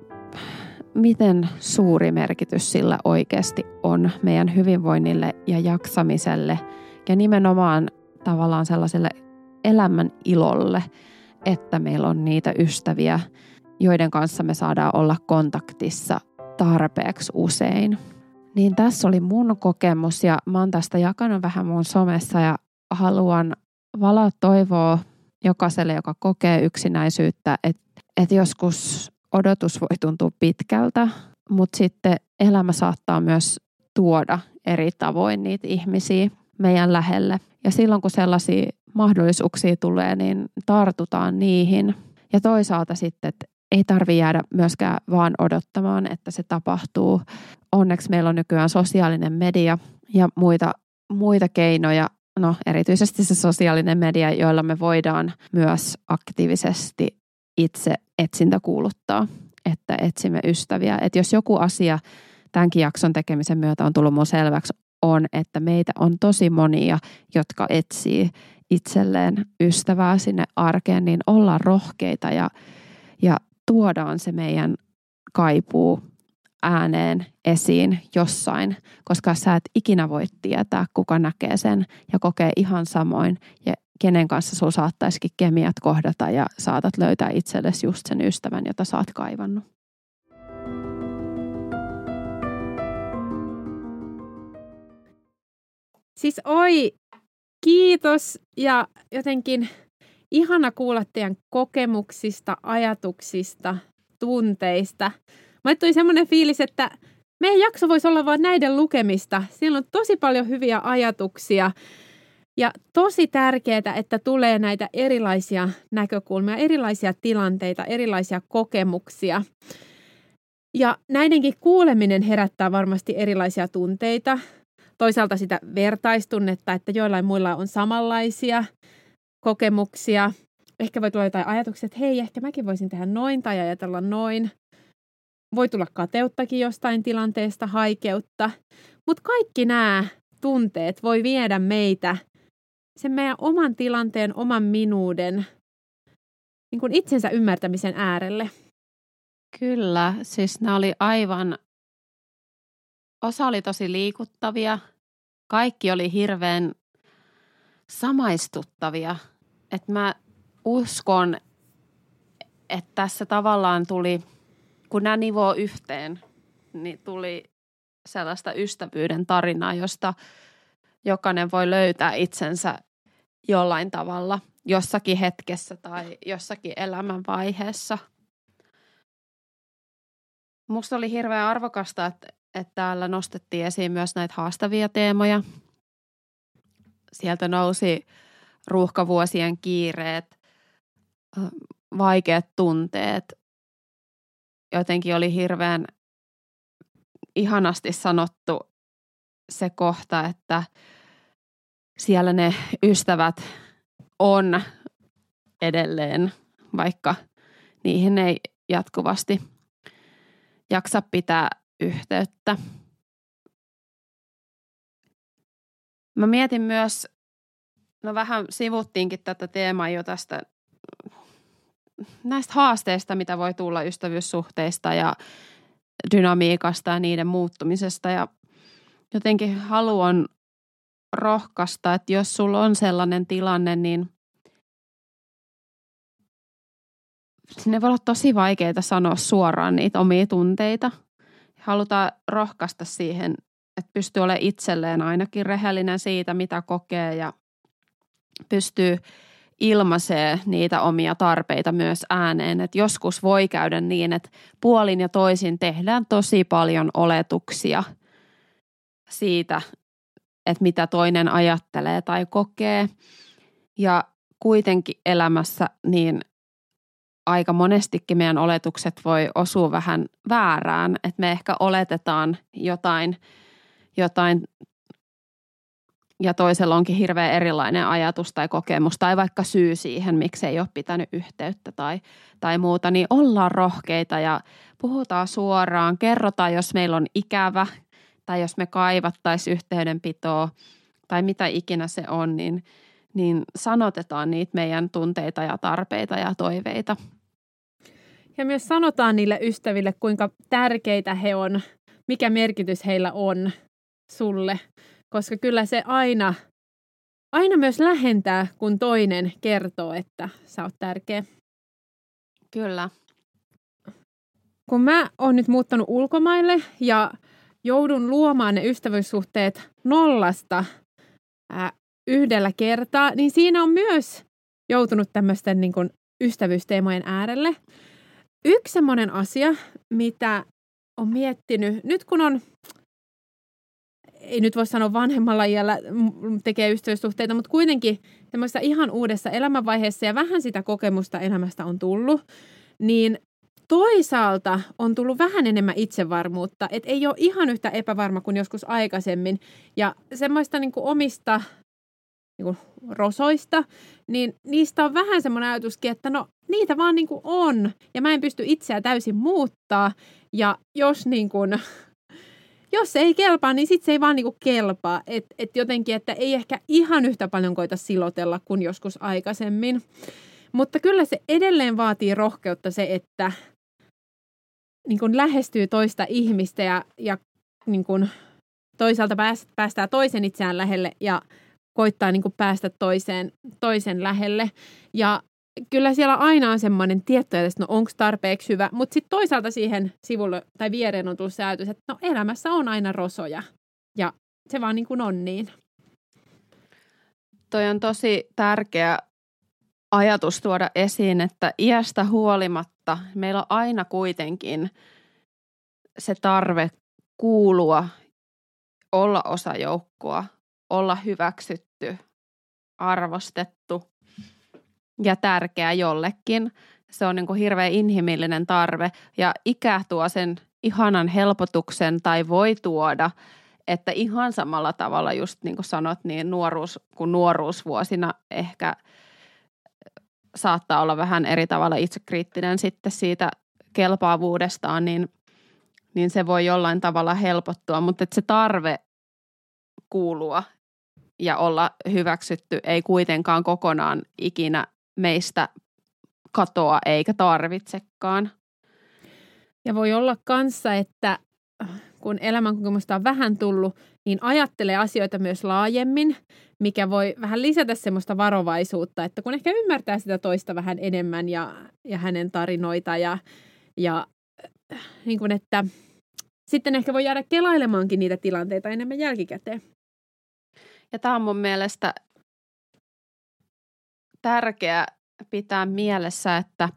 miten suuri merkitys sillä oikeasti on meidän hyvinvoinnille ja jaksamiselle ja nimenomaan tavallaan sellaiselle elämän ilolle, että meillä on niitä ystäviä, joiden kanssa me saadaan olla kontaktissa tarpeeksi usein. Niin tässä oli mun kokemus ja mä oon tästä jakanut vähän mun somessa ja haluan valaa toivoa jokaiselle, joka kokee yksinäisyyttä, että, että joskus odotus voi tuntua pitkältä, mutta sitten elämä saattaa myös tuoda eri tavoin niitä ihmisiä meidän lähelle. Ja silloin kun sellaisia mahdollisuuksia tulee, niin tartutaan niihin. Ja toisaalta sitten, että ei tarvitse jäädä myöskään vaan odottamaan, että se tapahtuu. Onneksi meillä on nykyään sosiaalinen media ja muita, muita keinoja no erityisesti se sosiaalinen media, joilla me voidaan myös aktiivisesti itse etsintäkuuluttaa, että etsimme ystäviä. Että jos joku asia tämänkin jakson tekemisen myötä on tullut mun selväksi, on, että meitä on tosi monia, jotka etsii itselleen ystävää sinne arkeen, niin ollaan rohkeita ja, ja tuodaan se meidän kaipuu ääneen esiin jossain, koska sä et ikinä voi tietää, kuka näkee sen ja kokee ihan samoin ja kenen kanssa sulla saattaisikin kemiat kohdata ja saatat löytää itsellesi just sen ystävän, jota sä oot kaivannut. Siis oi, kiitos ja jotenkin ihana kuulla teidän kokemuksista, ajatuksista, tunteista. Mä tuli semmoinen fiilis, että meidän jakso voisi olla vain näiden lukemista. Siellä on tosi paljon hyviä ajatuksia ja tosi tärkeää, että tulee näitä erilaisia näkökulmia, erilaisia tilanteita, erilaisia kokemuksia. Ja näidenkin kuuleminen herättää varmasti erilaisia tunteita. Toisaalta sitä vertaistunnetta, että joillain muilla on samanlaisia kokemuksia. Ehkä voi tulla jotain ajatuksia, että hei, ehkä mäkin voisin tehdä noin tai ajatella noin. Voi tulla kateuttakin jostain tilanteesta, haikeutta. Mutta kaikki nämä tunteet voi viedä meitä sen meidän oman tilanteen, oman minuuden, niin kuin itsensä ymmärtämisen äärelle. Kyllä, siis nämä oli aivan, osa oli tosi liikuttavia, kaikki oli hirveän samaistuttavia. Että mä uskon, että tässä tavallaan tuli, kun nämä nivoo yhteen, niin tuli sellaista ystävyyden tarinaa, josta jokainen voi löytää itsensä jollain tavalla, jossakin hetkessä tai jossakin elämänvaiheessa. Musta oli hirveän arvokasta, että, että täällä nostettiin esiin myös näitä haastavia teemoja. Sieltä nousi ruuhkavuosien kiireet, vaikeat tunteet. Jotenkin oli hirveän ihanasti sanottu se kohta, että siellä ne ystävät on edelleen, vaikka niihin ei jatkuvasti jaksa pitää yhteyttä. Mä mietin myös, no vähän sivuttiinkin tätä teemaa jo tästä näistä haasteista, mitä voi tulla ystävyyssuhteista ja dynamiikasta ja niiden muuttumisesta. Ja jotenkin haluan rohkaista, että jos sulla on sellainen tilanne, niin ne voi olla tosi vaikeita sanoa suoraan niitä omia tunteita. Halutaan rohkaista siihen, että pystyy olemaan itselleen ainakin rehellinen siitä, mitä kokee ja pystyy ilmaisee niitä omia tarpeita myös ääneen. Et joskus voi käydä niin, että puolin ja toisin tehdään tosi paljon oletuksia siitä, että mitä toinen ajattelee tai kokee. Ja kuitenkin elämässä niin aika monestikin meidän oletukset voi osua vähän väärään, että me ehkä oletetaan jotain, jotain ja toisella onkin hirveän erilainen ajatus tai kokemus tai vaikka syy siihen, miksi ei ole pitänyt yhteyttä tai, tai muuta, niin ollaan rohkeita ja puhutaan suoraan, kerrotaan, jos meillä on ikävä tai jos me kaivattaisiin yhteydenpitoa tai mitä ikinä se on, niin, niin sanotetaan niitä meidän tunteita ja tarpeita ja toiveita. Ja myös sanotaan niille ystäville, kuinka tärkeitä he on, mikä merkitys heillä on sulle. Koska kyllä se aina, aina myös lähentää, kun toinen kertoo, että sä oot tärkeä. Kyllä. Kun mä oon nyt muuttanut ulkomaille ja joudun luomaan ne ystävyyssuhteet nollasta ää, yhdellä kertaa, niin siinä on myös joutunut tämmöisten niin kuin ystävyysteemojen äärelle. Yksi semmoinen asia, mitä on miettinyt, nyt kun on, ei nyt voi sanoa vanhemmalla iällä tekee ystävyyssuhteita, mutta kuitenkin semmoisessa ihan uudessa elämänvaiheessa ja vähän sitä kokemusta elämästä on tullut, niin toisaalta on tullut vähän enemmän itsevarmuutta, että ei ole ihan yhtä epävarma kuin joskus aikaisemmin ja semmoista niin kuin omista niin kuin rosoista, niin niistä on vähän semmoinen ajatuskin, että no niitä vaan niin kuin on ja mä en pysty itseä täysin muuttaa ja jos niin kuin, jos se ei kelpaa, niin sitten se ei vaan niin kuin kelpaa. Että et jotenkin, että ei ehkä ihan yhtä paljon koita silotella kuin joskus aikaisemmin. Mutta kyllä se edelleen vaatii rohkeutta se, että niin kuin lähestyy toista ihmistä ja, ja niin kuin toisaalta päästää toisen itseään lähelle ja koittaa niin kuin päästä toiseen, toisen lähelle. Ja kyllä siellä aina on semmoinen tietty, että no onko tarpeeksi hyvä, mutta sitten toisaalta siihen sivulle tai viereen on tullut se ajatus, että no elämässä on aina rosoja ja se vaan niin kuin on niin. Toi on tosi tärkeä ajatus tuoda esiin, että iästä huolimatta meillä on aina kuitenkin se tarve kuulua, olla osa joukkoa, olla hyväksytty, arvostettu ja tärkeä jollekin. Se on niin kuin hirveän inhimillinen tarve ja ikä tuo sen ihanan helpotuksen tai voi tuoda, että ihan samalla tavalla just niin kuin sanot, niin nuoruus kuin nuoruusvuosina ehkä saattaa olla vähän eri tavalla itsekriittinen sitten siitä kelpaavuudestaan, niin, niin se voi jollain tavalla helpottua, mutta että se tarve kuulua ja olla hyväksytty ei kuitenkaan kokonaan ikinä meistä katoa eikä tarvitsekaan. Ja voi olla kanssa, että kun elämänkokemusta on vähän tullut, niin ajattelee asioita myös laajemmin, mikä voi vähän lisätä semmoista varovaisuutta, että kun ehkä ymmärtää sitä toista vähän enemmän ja, ja hänen tarinoita ja, ja niin kuin että sitten ehkä voi jäädä kelailemaankin niitä tilanteita enemmän jälkikäteen. Ja tämä on mun mielestä tärkeää pitää mielessä, että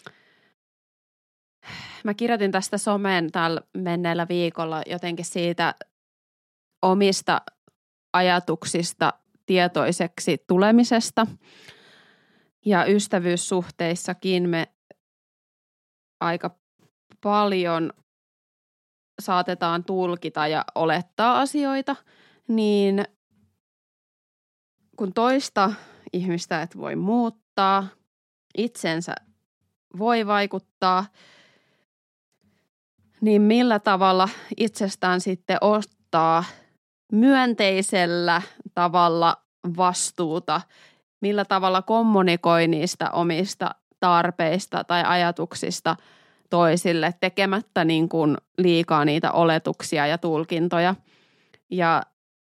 mä kirjoitin tästä someen täällä menneellä viikolla jotenkin siitä omista ajatuksista tietoiseksi tulemisesta. Ja ystävyyssuhteissakin me aika paljon saatetaan tulkita ja olettaa asioita, niin kun toista ihmistä et voi muuttaa, itsensä voi vaikuttaa, niin millä tavalla itsestään sitten ottaa myönteisellä tavalla vastuuta, millä tavalla kommunikoi niistä omista tarpeista tai ajatuksista toisille tekemättä niin kuin liikaa niitä oletuksia ja tulkintoja. Ja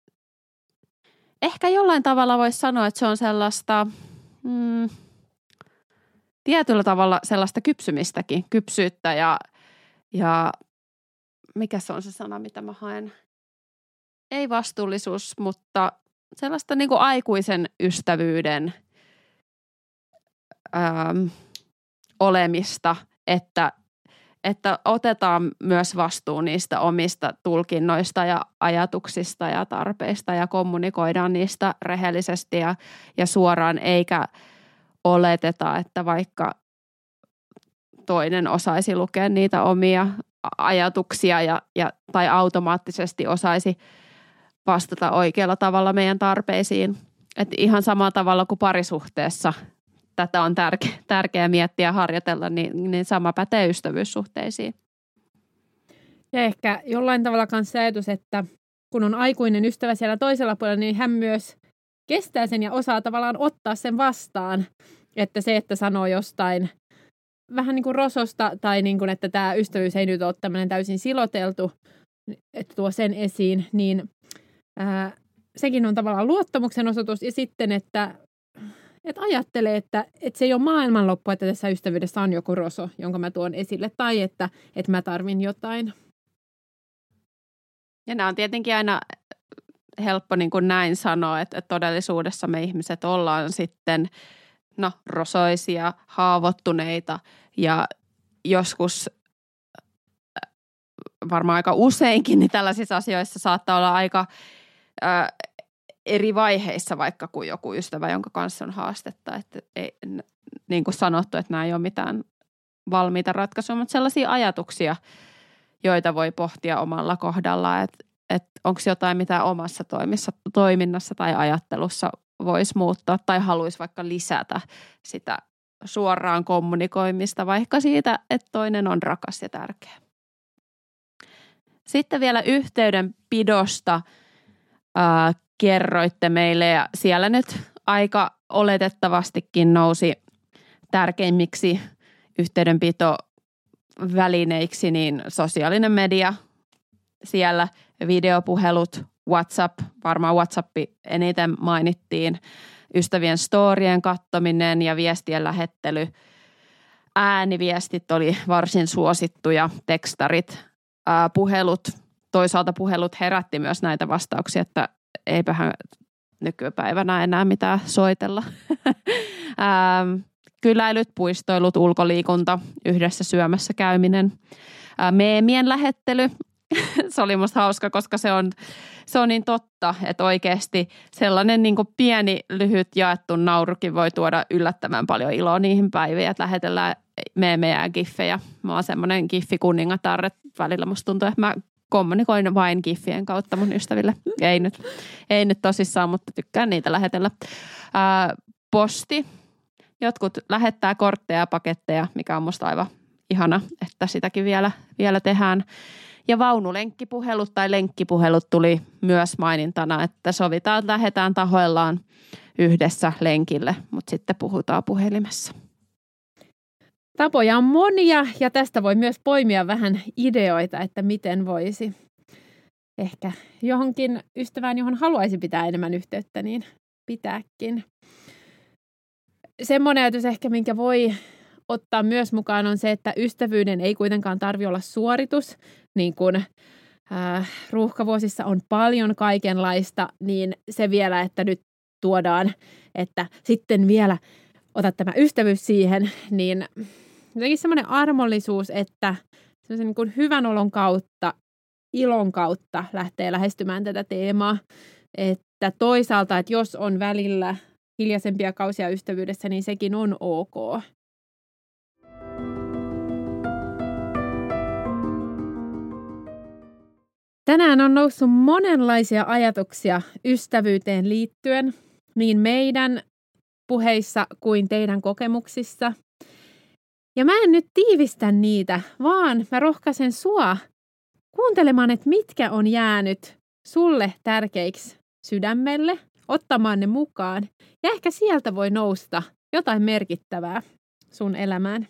ehkä jollain tavalla voisi sanoa, että se on sellaista mm, tietyllä tavalla sellaista kypsymistäkin, kypsyyttä ja, ja mikä se on se sana, mitä mä haen? Ei vastuullisuus, mutta sellaista niin kuin aikuisen ystävyyden ähm, olemista, että, että otetaan myös vastuu niistä omista tulkinnoista ja ajatuksista ja tarpeista ja kommunikoidaan niistä rehellisesti ja, ja suoraan, eikä oleteta, että vaikka toinen osaisi lukea niitä omia ajatuksia ja, ja, tai automaattisesti osaisi vastata oikealla tavalla meidän tarpeisiin. Et ihan samalla tavalla kuin parisuhteessa tätä on tärkeä, tärkeää miettiä ja harjoitella, niin, niin sama pätee ystävyyssuhteisiin. Ja ehkä jollain tavalla kanssa ajatus, että kun on aikuinen ystävä siellä toisella puolella, niin hän myös kestää sen ja osaa tavallaan ottaa sen vastaan. Että se, että sanoo jostain vähän niin kuin rososta tai niin kuin, että tämä ystävyys ei nyt ole tämmöinen täysin siloteltu, että tuo sen esiin, niin ää, sekin on tavallaan luottamuksen osoitus. Ja sitten, että, että ajattelee, että, että se ei ole maailmanloppu, että tässä ystävyydessä on joku roso, jonka mä tuon esille, tai että, että mä tarvin jotain. Ja nämä on tietenkin aina helppo niin kuin näin sanoa, että, että todellisuudessa me ihmiset ollaan sitten no, rosoisia, haavoittuneita ja joskus varmaan aika useinkin niin tällaisissa asioissa saattaa olla aika ää, eri vaiheissa vaikka kuin joku ystävä, jonka kanssa on haastetta. Että ei, niin kuin sanottu, että nämä ei ole mitään valmiita ratkaisuja, mutta sellaisia ajatuksia, joita voi pohtia omalla kohdalla, että, että onko jotain, mitä omassa toimissa, toiminnassa tai ajattelussa voisi muuttaa tai haluaisi vaikka lisätä sitä suoraan kommunikoimista, vaikka siitä, että toinen on rakas ja tärkeä. Sitten vielä yhteydenpidosta ää, kerroitte meille ja siellä nyt aika oletettavastikin nousi tärkeimmiksi yhteydenpitovälineiksi niin sosiaalinen media, siellä videopuhelut, WhatsApp, varmaan WhatsApp eniten mainittiin, ystävien storien kattominen ja viestien lähettely. Ääniviestit oli varsin suosittuja, tekstarit, ää, puhelut. Toisaalta puhelut herätti myös näitä vastauksia, että eipähän nykypäivänä enää mitään soitella. ää, kyläilyt, puistoilut, ulkoliikunta, yhdessä syömässä käyminen, ää, meemien lähettely. Se oli musta hauska, koska se on, se on niin totta, että oikeasti sellainen niin kuin pieni, lyhyt jaettu naurukin voi tuoda yllättävän paljon iloa niihin päiviin, että lähetellään meemejä ja giffejä. Mä oon semmoinen giffi-kuningatar, että välillä musta tuntuu, että mä kommunikoin vain giffien kautta mun ystäville. Ei nyt, ei nyt tosissaan, mutta tykkään niitä lähetellä. Ää, posti. Jotkut lähettää kortteja ja paketteja, mikä on musta aivan ihana, että sitäkin vielä, vielä tehdään. Ja vaunulenkkipuhelut tai lenkkipuhelut tuli myös mainintana, että sovitaan, että lähdetään tahoillaan yhdessä lenkille, mutta sitten puhutaan puhelimessa. Tapoja on monia ja tästä voi myös poimia vähän ideoita, että miten voisi ehkä johonkin ystävään, johon haluaisi pitää enemmän yhteyttä, niin pitääkin. Semmoinen ajatus ehkä, minkä voi ottaa myös mukaan on se, että ystävyyden ei kuitenkaan tarvitse olla suoritus. Niin kuin äh, ruuhkavuosissa on paljon kaikenlaista, niin se vielä, että nyt tuodaan, että sitten vielä otat tämä ystävyys siihen, niin jotenkin semmoinen armollisuus, että semmoisen niin kuin hyvän olon kautta, ilon kautta lähtee lähestymään tätä teemaa. Että toisaalta, että jos on välillä hiljaisempia kausia ystävyydessä, niin sekin on ok. Tänään on noussut monenlaisia ajatuksia ystävyyteen liittyen, niin meidän puheissa kuin teidän kokemuksissa. Ja mä en nyt tiivistä niitä, vaan mä rohkaisen sua kuuntelemaan, että mitkä on jäänyt sulle tärkeiksi sydämelle, ottamaan ne mukaan. Ja ehkä sieltä voi nousta jotain merkittävää sun elämään.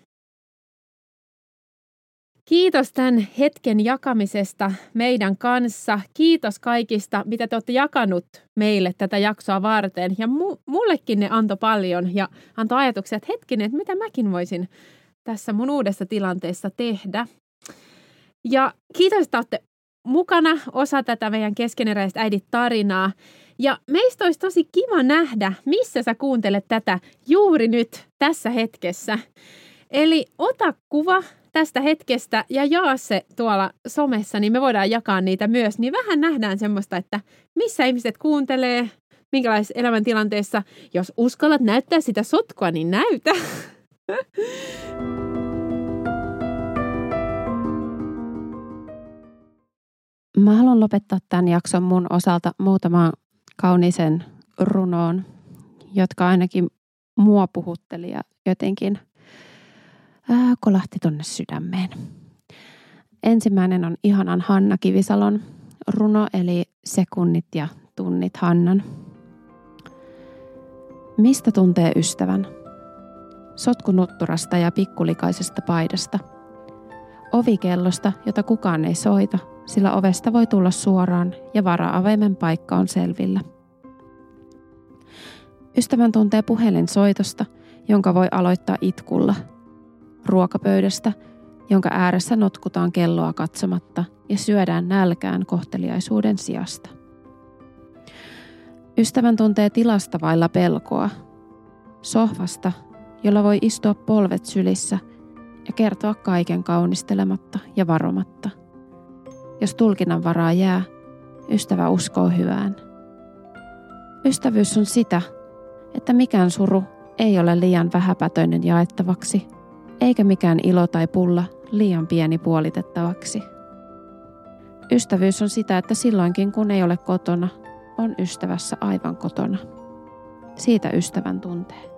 Kiitos tämän hetken jakamisesta meidän kanssa. Kiitos kaikista, mitä te olette jakanut meille tätä jaksoa varten. Ja mu- mullekin ne antoi paljon ja antoi ajatuksia, että hetkinen, että mitä mäkin voisin tässä mun uudessa tilanteessa tehdä. Ja kiitos, että olette mukana osa tätä meidän keskeneräistä äidit-tarinaa. Ja meistä olisi tosi kiva nähdä, missä sä kuuntelet tätä juuri nyt tässä hetkessä. Eli ota kuva tästä hetkestä ja jaa se tuolla somessa, niin me voidaan jakaa niitä myös. Niin vähän nähdään semmoista, että missä ihmiset kuuntelee, minkälaisessa elämäntilanteessa. Jos uskallat näyttää sitä sotkua, niin näytä. Mä haluan lopettaa tämän jakson mun osalta muutamaan kauniisen runoon, jotka ainakin mua puhutteli ja jotenkin ää, kolahti tonne sydämeen. Ensimmäinen on ihanan Hanna Kivisalon runo, eli Sekunnit ja tunnit Hannan. Mistä tuntee ystävän? Sotkunutturasta ja pikkulikaisesta paidasta. Ovikellosta, jota kukaan ei soita, sillä ovesta voi tulla suoraan ja vara-avaimen paikka on selvillä. Ystävän tuntee puhelinsoitosta, jonka voi aloittaa itkulla. Ruokapöydästä, jonka ääressä notkutaan kelloa katsomatta ja syödään nälkään kohteliaisuuden sijasta. Ystävän tuntee tilasta vailla pelkoa. Sohvasta, jolla voi istua polvet sylissä ja kertoa kaiken kaunistelematta ja varomatta. Jos tulkinnan varaa jää, ystävä uskoo hyvään. Ystävyys on sitä, että mikään suru ei ole liian vähäpätöinen jaettavaksi, eikä mikään ilo tai pulla liian pieni puolitettavaksi. Ystävyys on sitä, että silloinkin kun ei ole kotona, on ystävässä aivan kotona. siitä ystävän tuntee.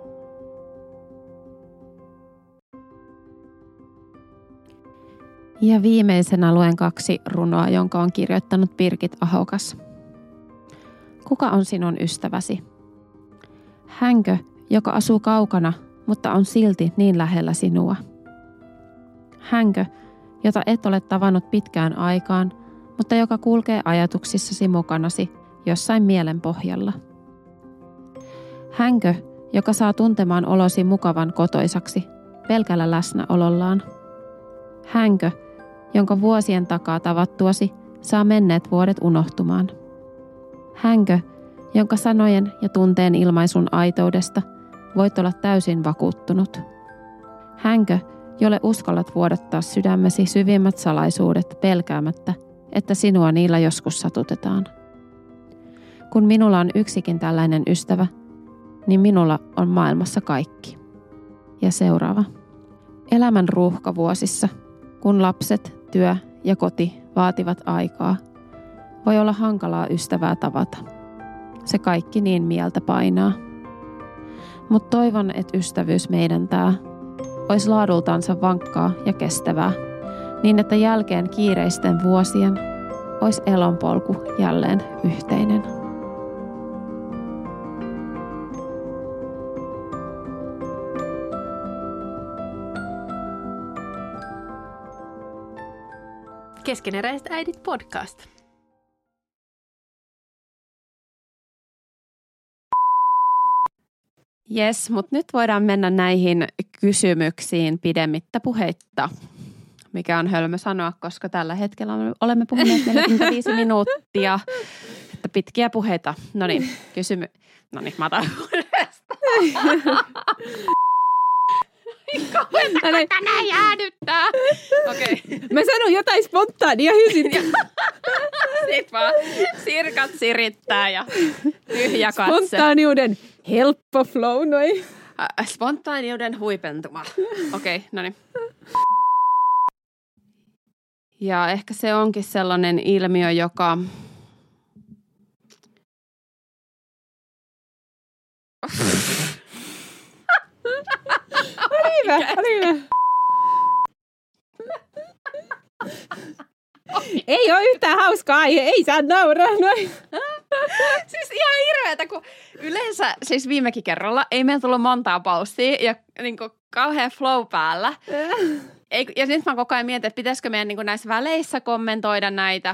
Ja viimeisenä luen kaksi runoa, jonka on kirjoittanut Birgit Ahokas. Kuka on sinun ystäväsi? Hänkö, joka asuu kaukana, mutta on silti niin lähellä sinua? Hänkö, jota et ole tavannut pitkään aikaan, mutta joka kulkee ajatuksissasi mukanasi jossain mielen pohjalla? Hänkö, joka saa tuntemaan olosi mukavan kotoisaksi pelkällä läsnäolollaan? Hänkö, jonka vuosien takaa tavattuasi saa menneet vuodet unohtumaan? Hänkö, jonka sanojen ja tunteen ilmaisun aitoudesta voit olla täysin vakuuttunut? Hänkö, jolle uskallat vuodattaa sydämesi syvimmät salaisuudet pelkäämättä, että sinua niillä joskus satutetaan? Kun minulla on yksikin tällainen ystävä, niin minulla on maailmassa kaikki. Ja seuraava. Elämän ruuhkavuosissa, kun lapset, työ ja koti vaativat aikaa, voi olla hankalaa ystävää tavata. Se kaikki niin mieltä painaa. Mutta toivon, että ystävyys meidän tää olisi laadultansa vankkaa ja kestävää, niin että jälkeen kiireisten vuosien olisi elonpolku jälleen yhteinen. Keskeneräiset äidit podcast. Jes, mutta nyt voidaan mennä näihin kysymyksiin pidemmittä puheitta, mikä on hölmö sanoa, koska tällä hetkellä olemme puhuneet neljäkymmentäviisi minuuttia, että pitkiä puheita. No niin, kysymy... No niin, mä otan uudestaan. Kauan tänään jäädyttää. Okei. Okay. Mä sanon jotain spontaania hysin. Sitten vaan sirkat sirittää ja tyhjä katse. Spontaaniuden helppo flow, noin. Äh, spontaaniuden huipentuma. Okei, okay, no niin. Ja ehkä se onkin sellainen ilmiö, joka... Oli hyvä, oli hyvä. Ei ole yhtään hauskaa aihe, ei saa nauraa noin. Siis ihan hirveetä, kun yleensä, siis viimekin kerralla, ei meillä tullut montaa paussia ja niin kuin kauhean flow päällä. Ei, ja nyt mä koko ajan mietin, että pitäisikö meidän niin kuin näissä väleissä kommentoida näitä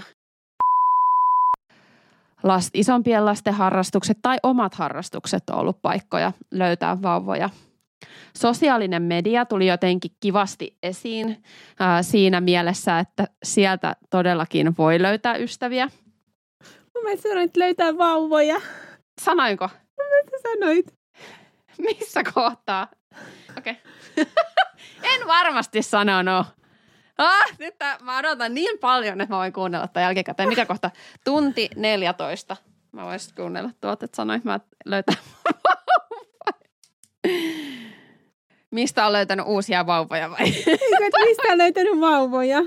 last, isompien lasten harrastukset tai omat harrastukset on ollut paikkoja löytää vauvoja. Sosiaalinen media tuli jotenkin kivasti esiin ää, siinä mielessä, että sieltä todellakin voi löytää ystäviä. Mä sanoin, että löytää vauvoja. Sanoinko? Mä sanoit. Missä kohtaa? Okei. Okay. En varmasti sanonut. Ah, nyt tää, mä odotan niin paljon, että mä voin kuunnella tämän jälkikäteen. Mikä kohta? Tunti neljätoista. Mä voisin kuunnella tuota, että sanoin, että mä löytän vauvoja. Mistä on löytänyt uusia vauvoja vai? Eikö, mistä on löytänyt vauvoja?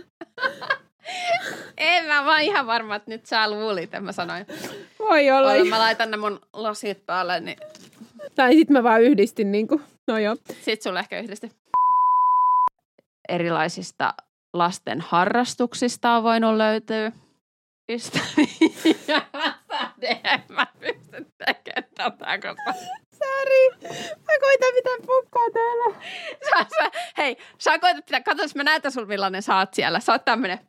En mä vaan ihan varma, että nyt sä luulit, että mä sanoin. Voi olla. Olen, mä laitan ne mun lasit päälle, niin... Tai sit mä vaan yhdistin niinku. No joo. Sit sulle ehkä yhdisti. Erilaisista lasten harrastuksista on voinut löytyä ystäviä. Mä pystyn tekemään tätä, koska... Sori, mä koitan pitää pukkaa täällä. Sä, sä, hei, sä koitat pitää, katso, jos mä näytän sulle millainen sä oot siellä. Sä oot tämmönen.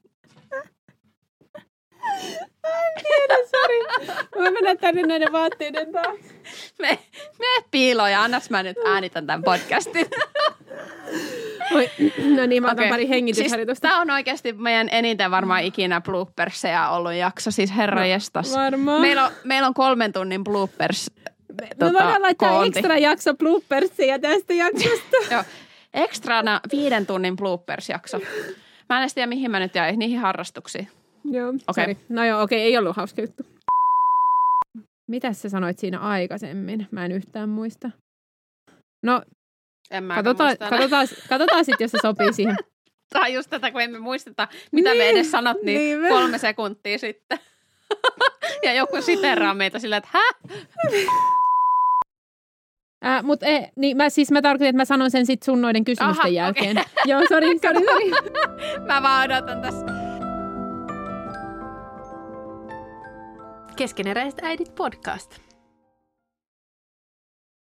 Mä en tiedä, sori. Mä mennä tänne näiden vaatteiden taakse. Me, me piiloon ja annas mä nyt äänitän tämän podcastin. Oi, no niin, mä otan okay. pari hengitysharjoitusta. Siis tää on oikeasti meidän eniten varmaan ikinä blooperseja ollut jakso, siis herra no, jestas. Varmaan. Meillä on, meillä on kolmen tunnin bloopers. Me tota, voidaan laittaa koonti. Ekstra jakso bloopersia tästä jaksosta. Joo, ekstrana viiden tunnin bloopers-jakso. Mä en edes tiedä, mihin mä nyt jäin, niihin harrastuksiin. Joo, okay. Sori. No joo, okei, okay, ei ollut hauska juttu. Mitäs sä sanoit siinä aikaisemmin? Mä en yhtään muista. No, en mä katsotaan, katsotaan, katsotaan sitten, jos se sopii siihen. Tämä on just tätä, kun emme muisteta, mitä niin, me edes sanot, niin, niin kolme sekuntia sitten. Ja joku siteraa meitä silleen, että hä? Äh, Mutta eh, niin mä, siis mä tarkoitin, että mä sanon sen sit sun noiden kysymysten Aha, jälkeen. okay. Joo, sori, sori, sori. Mä vaan odotan tässä. Keskeneräiset äidit podcast.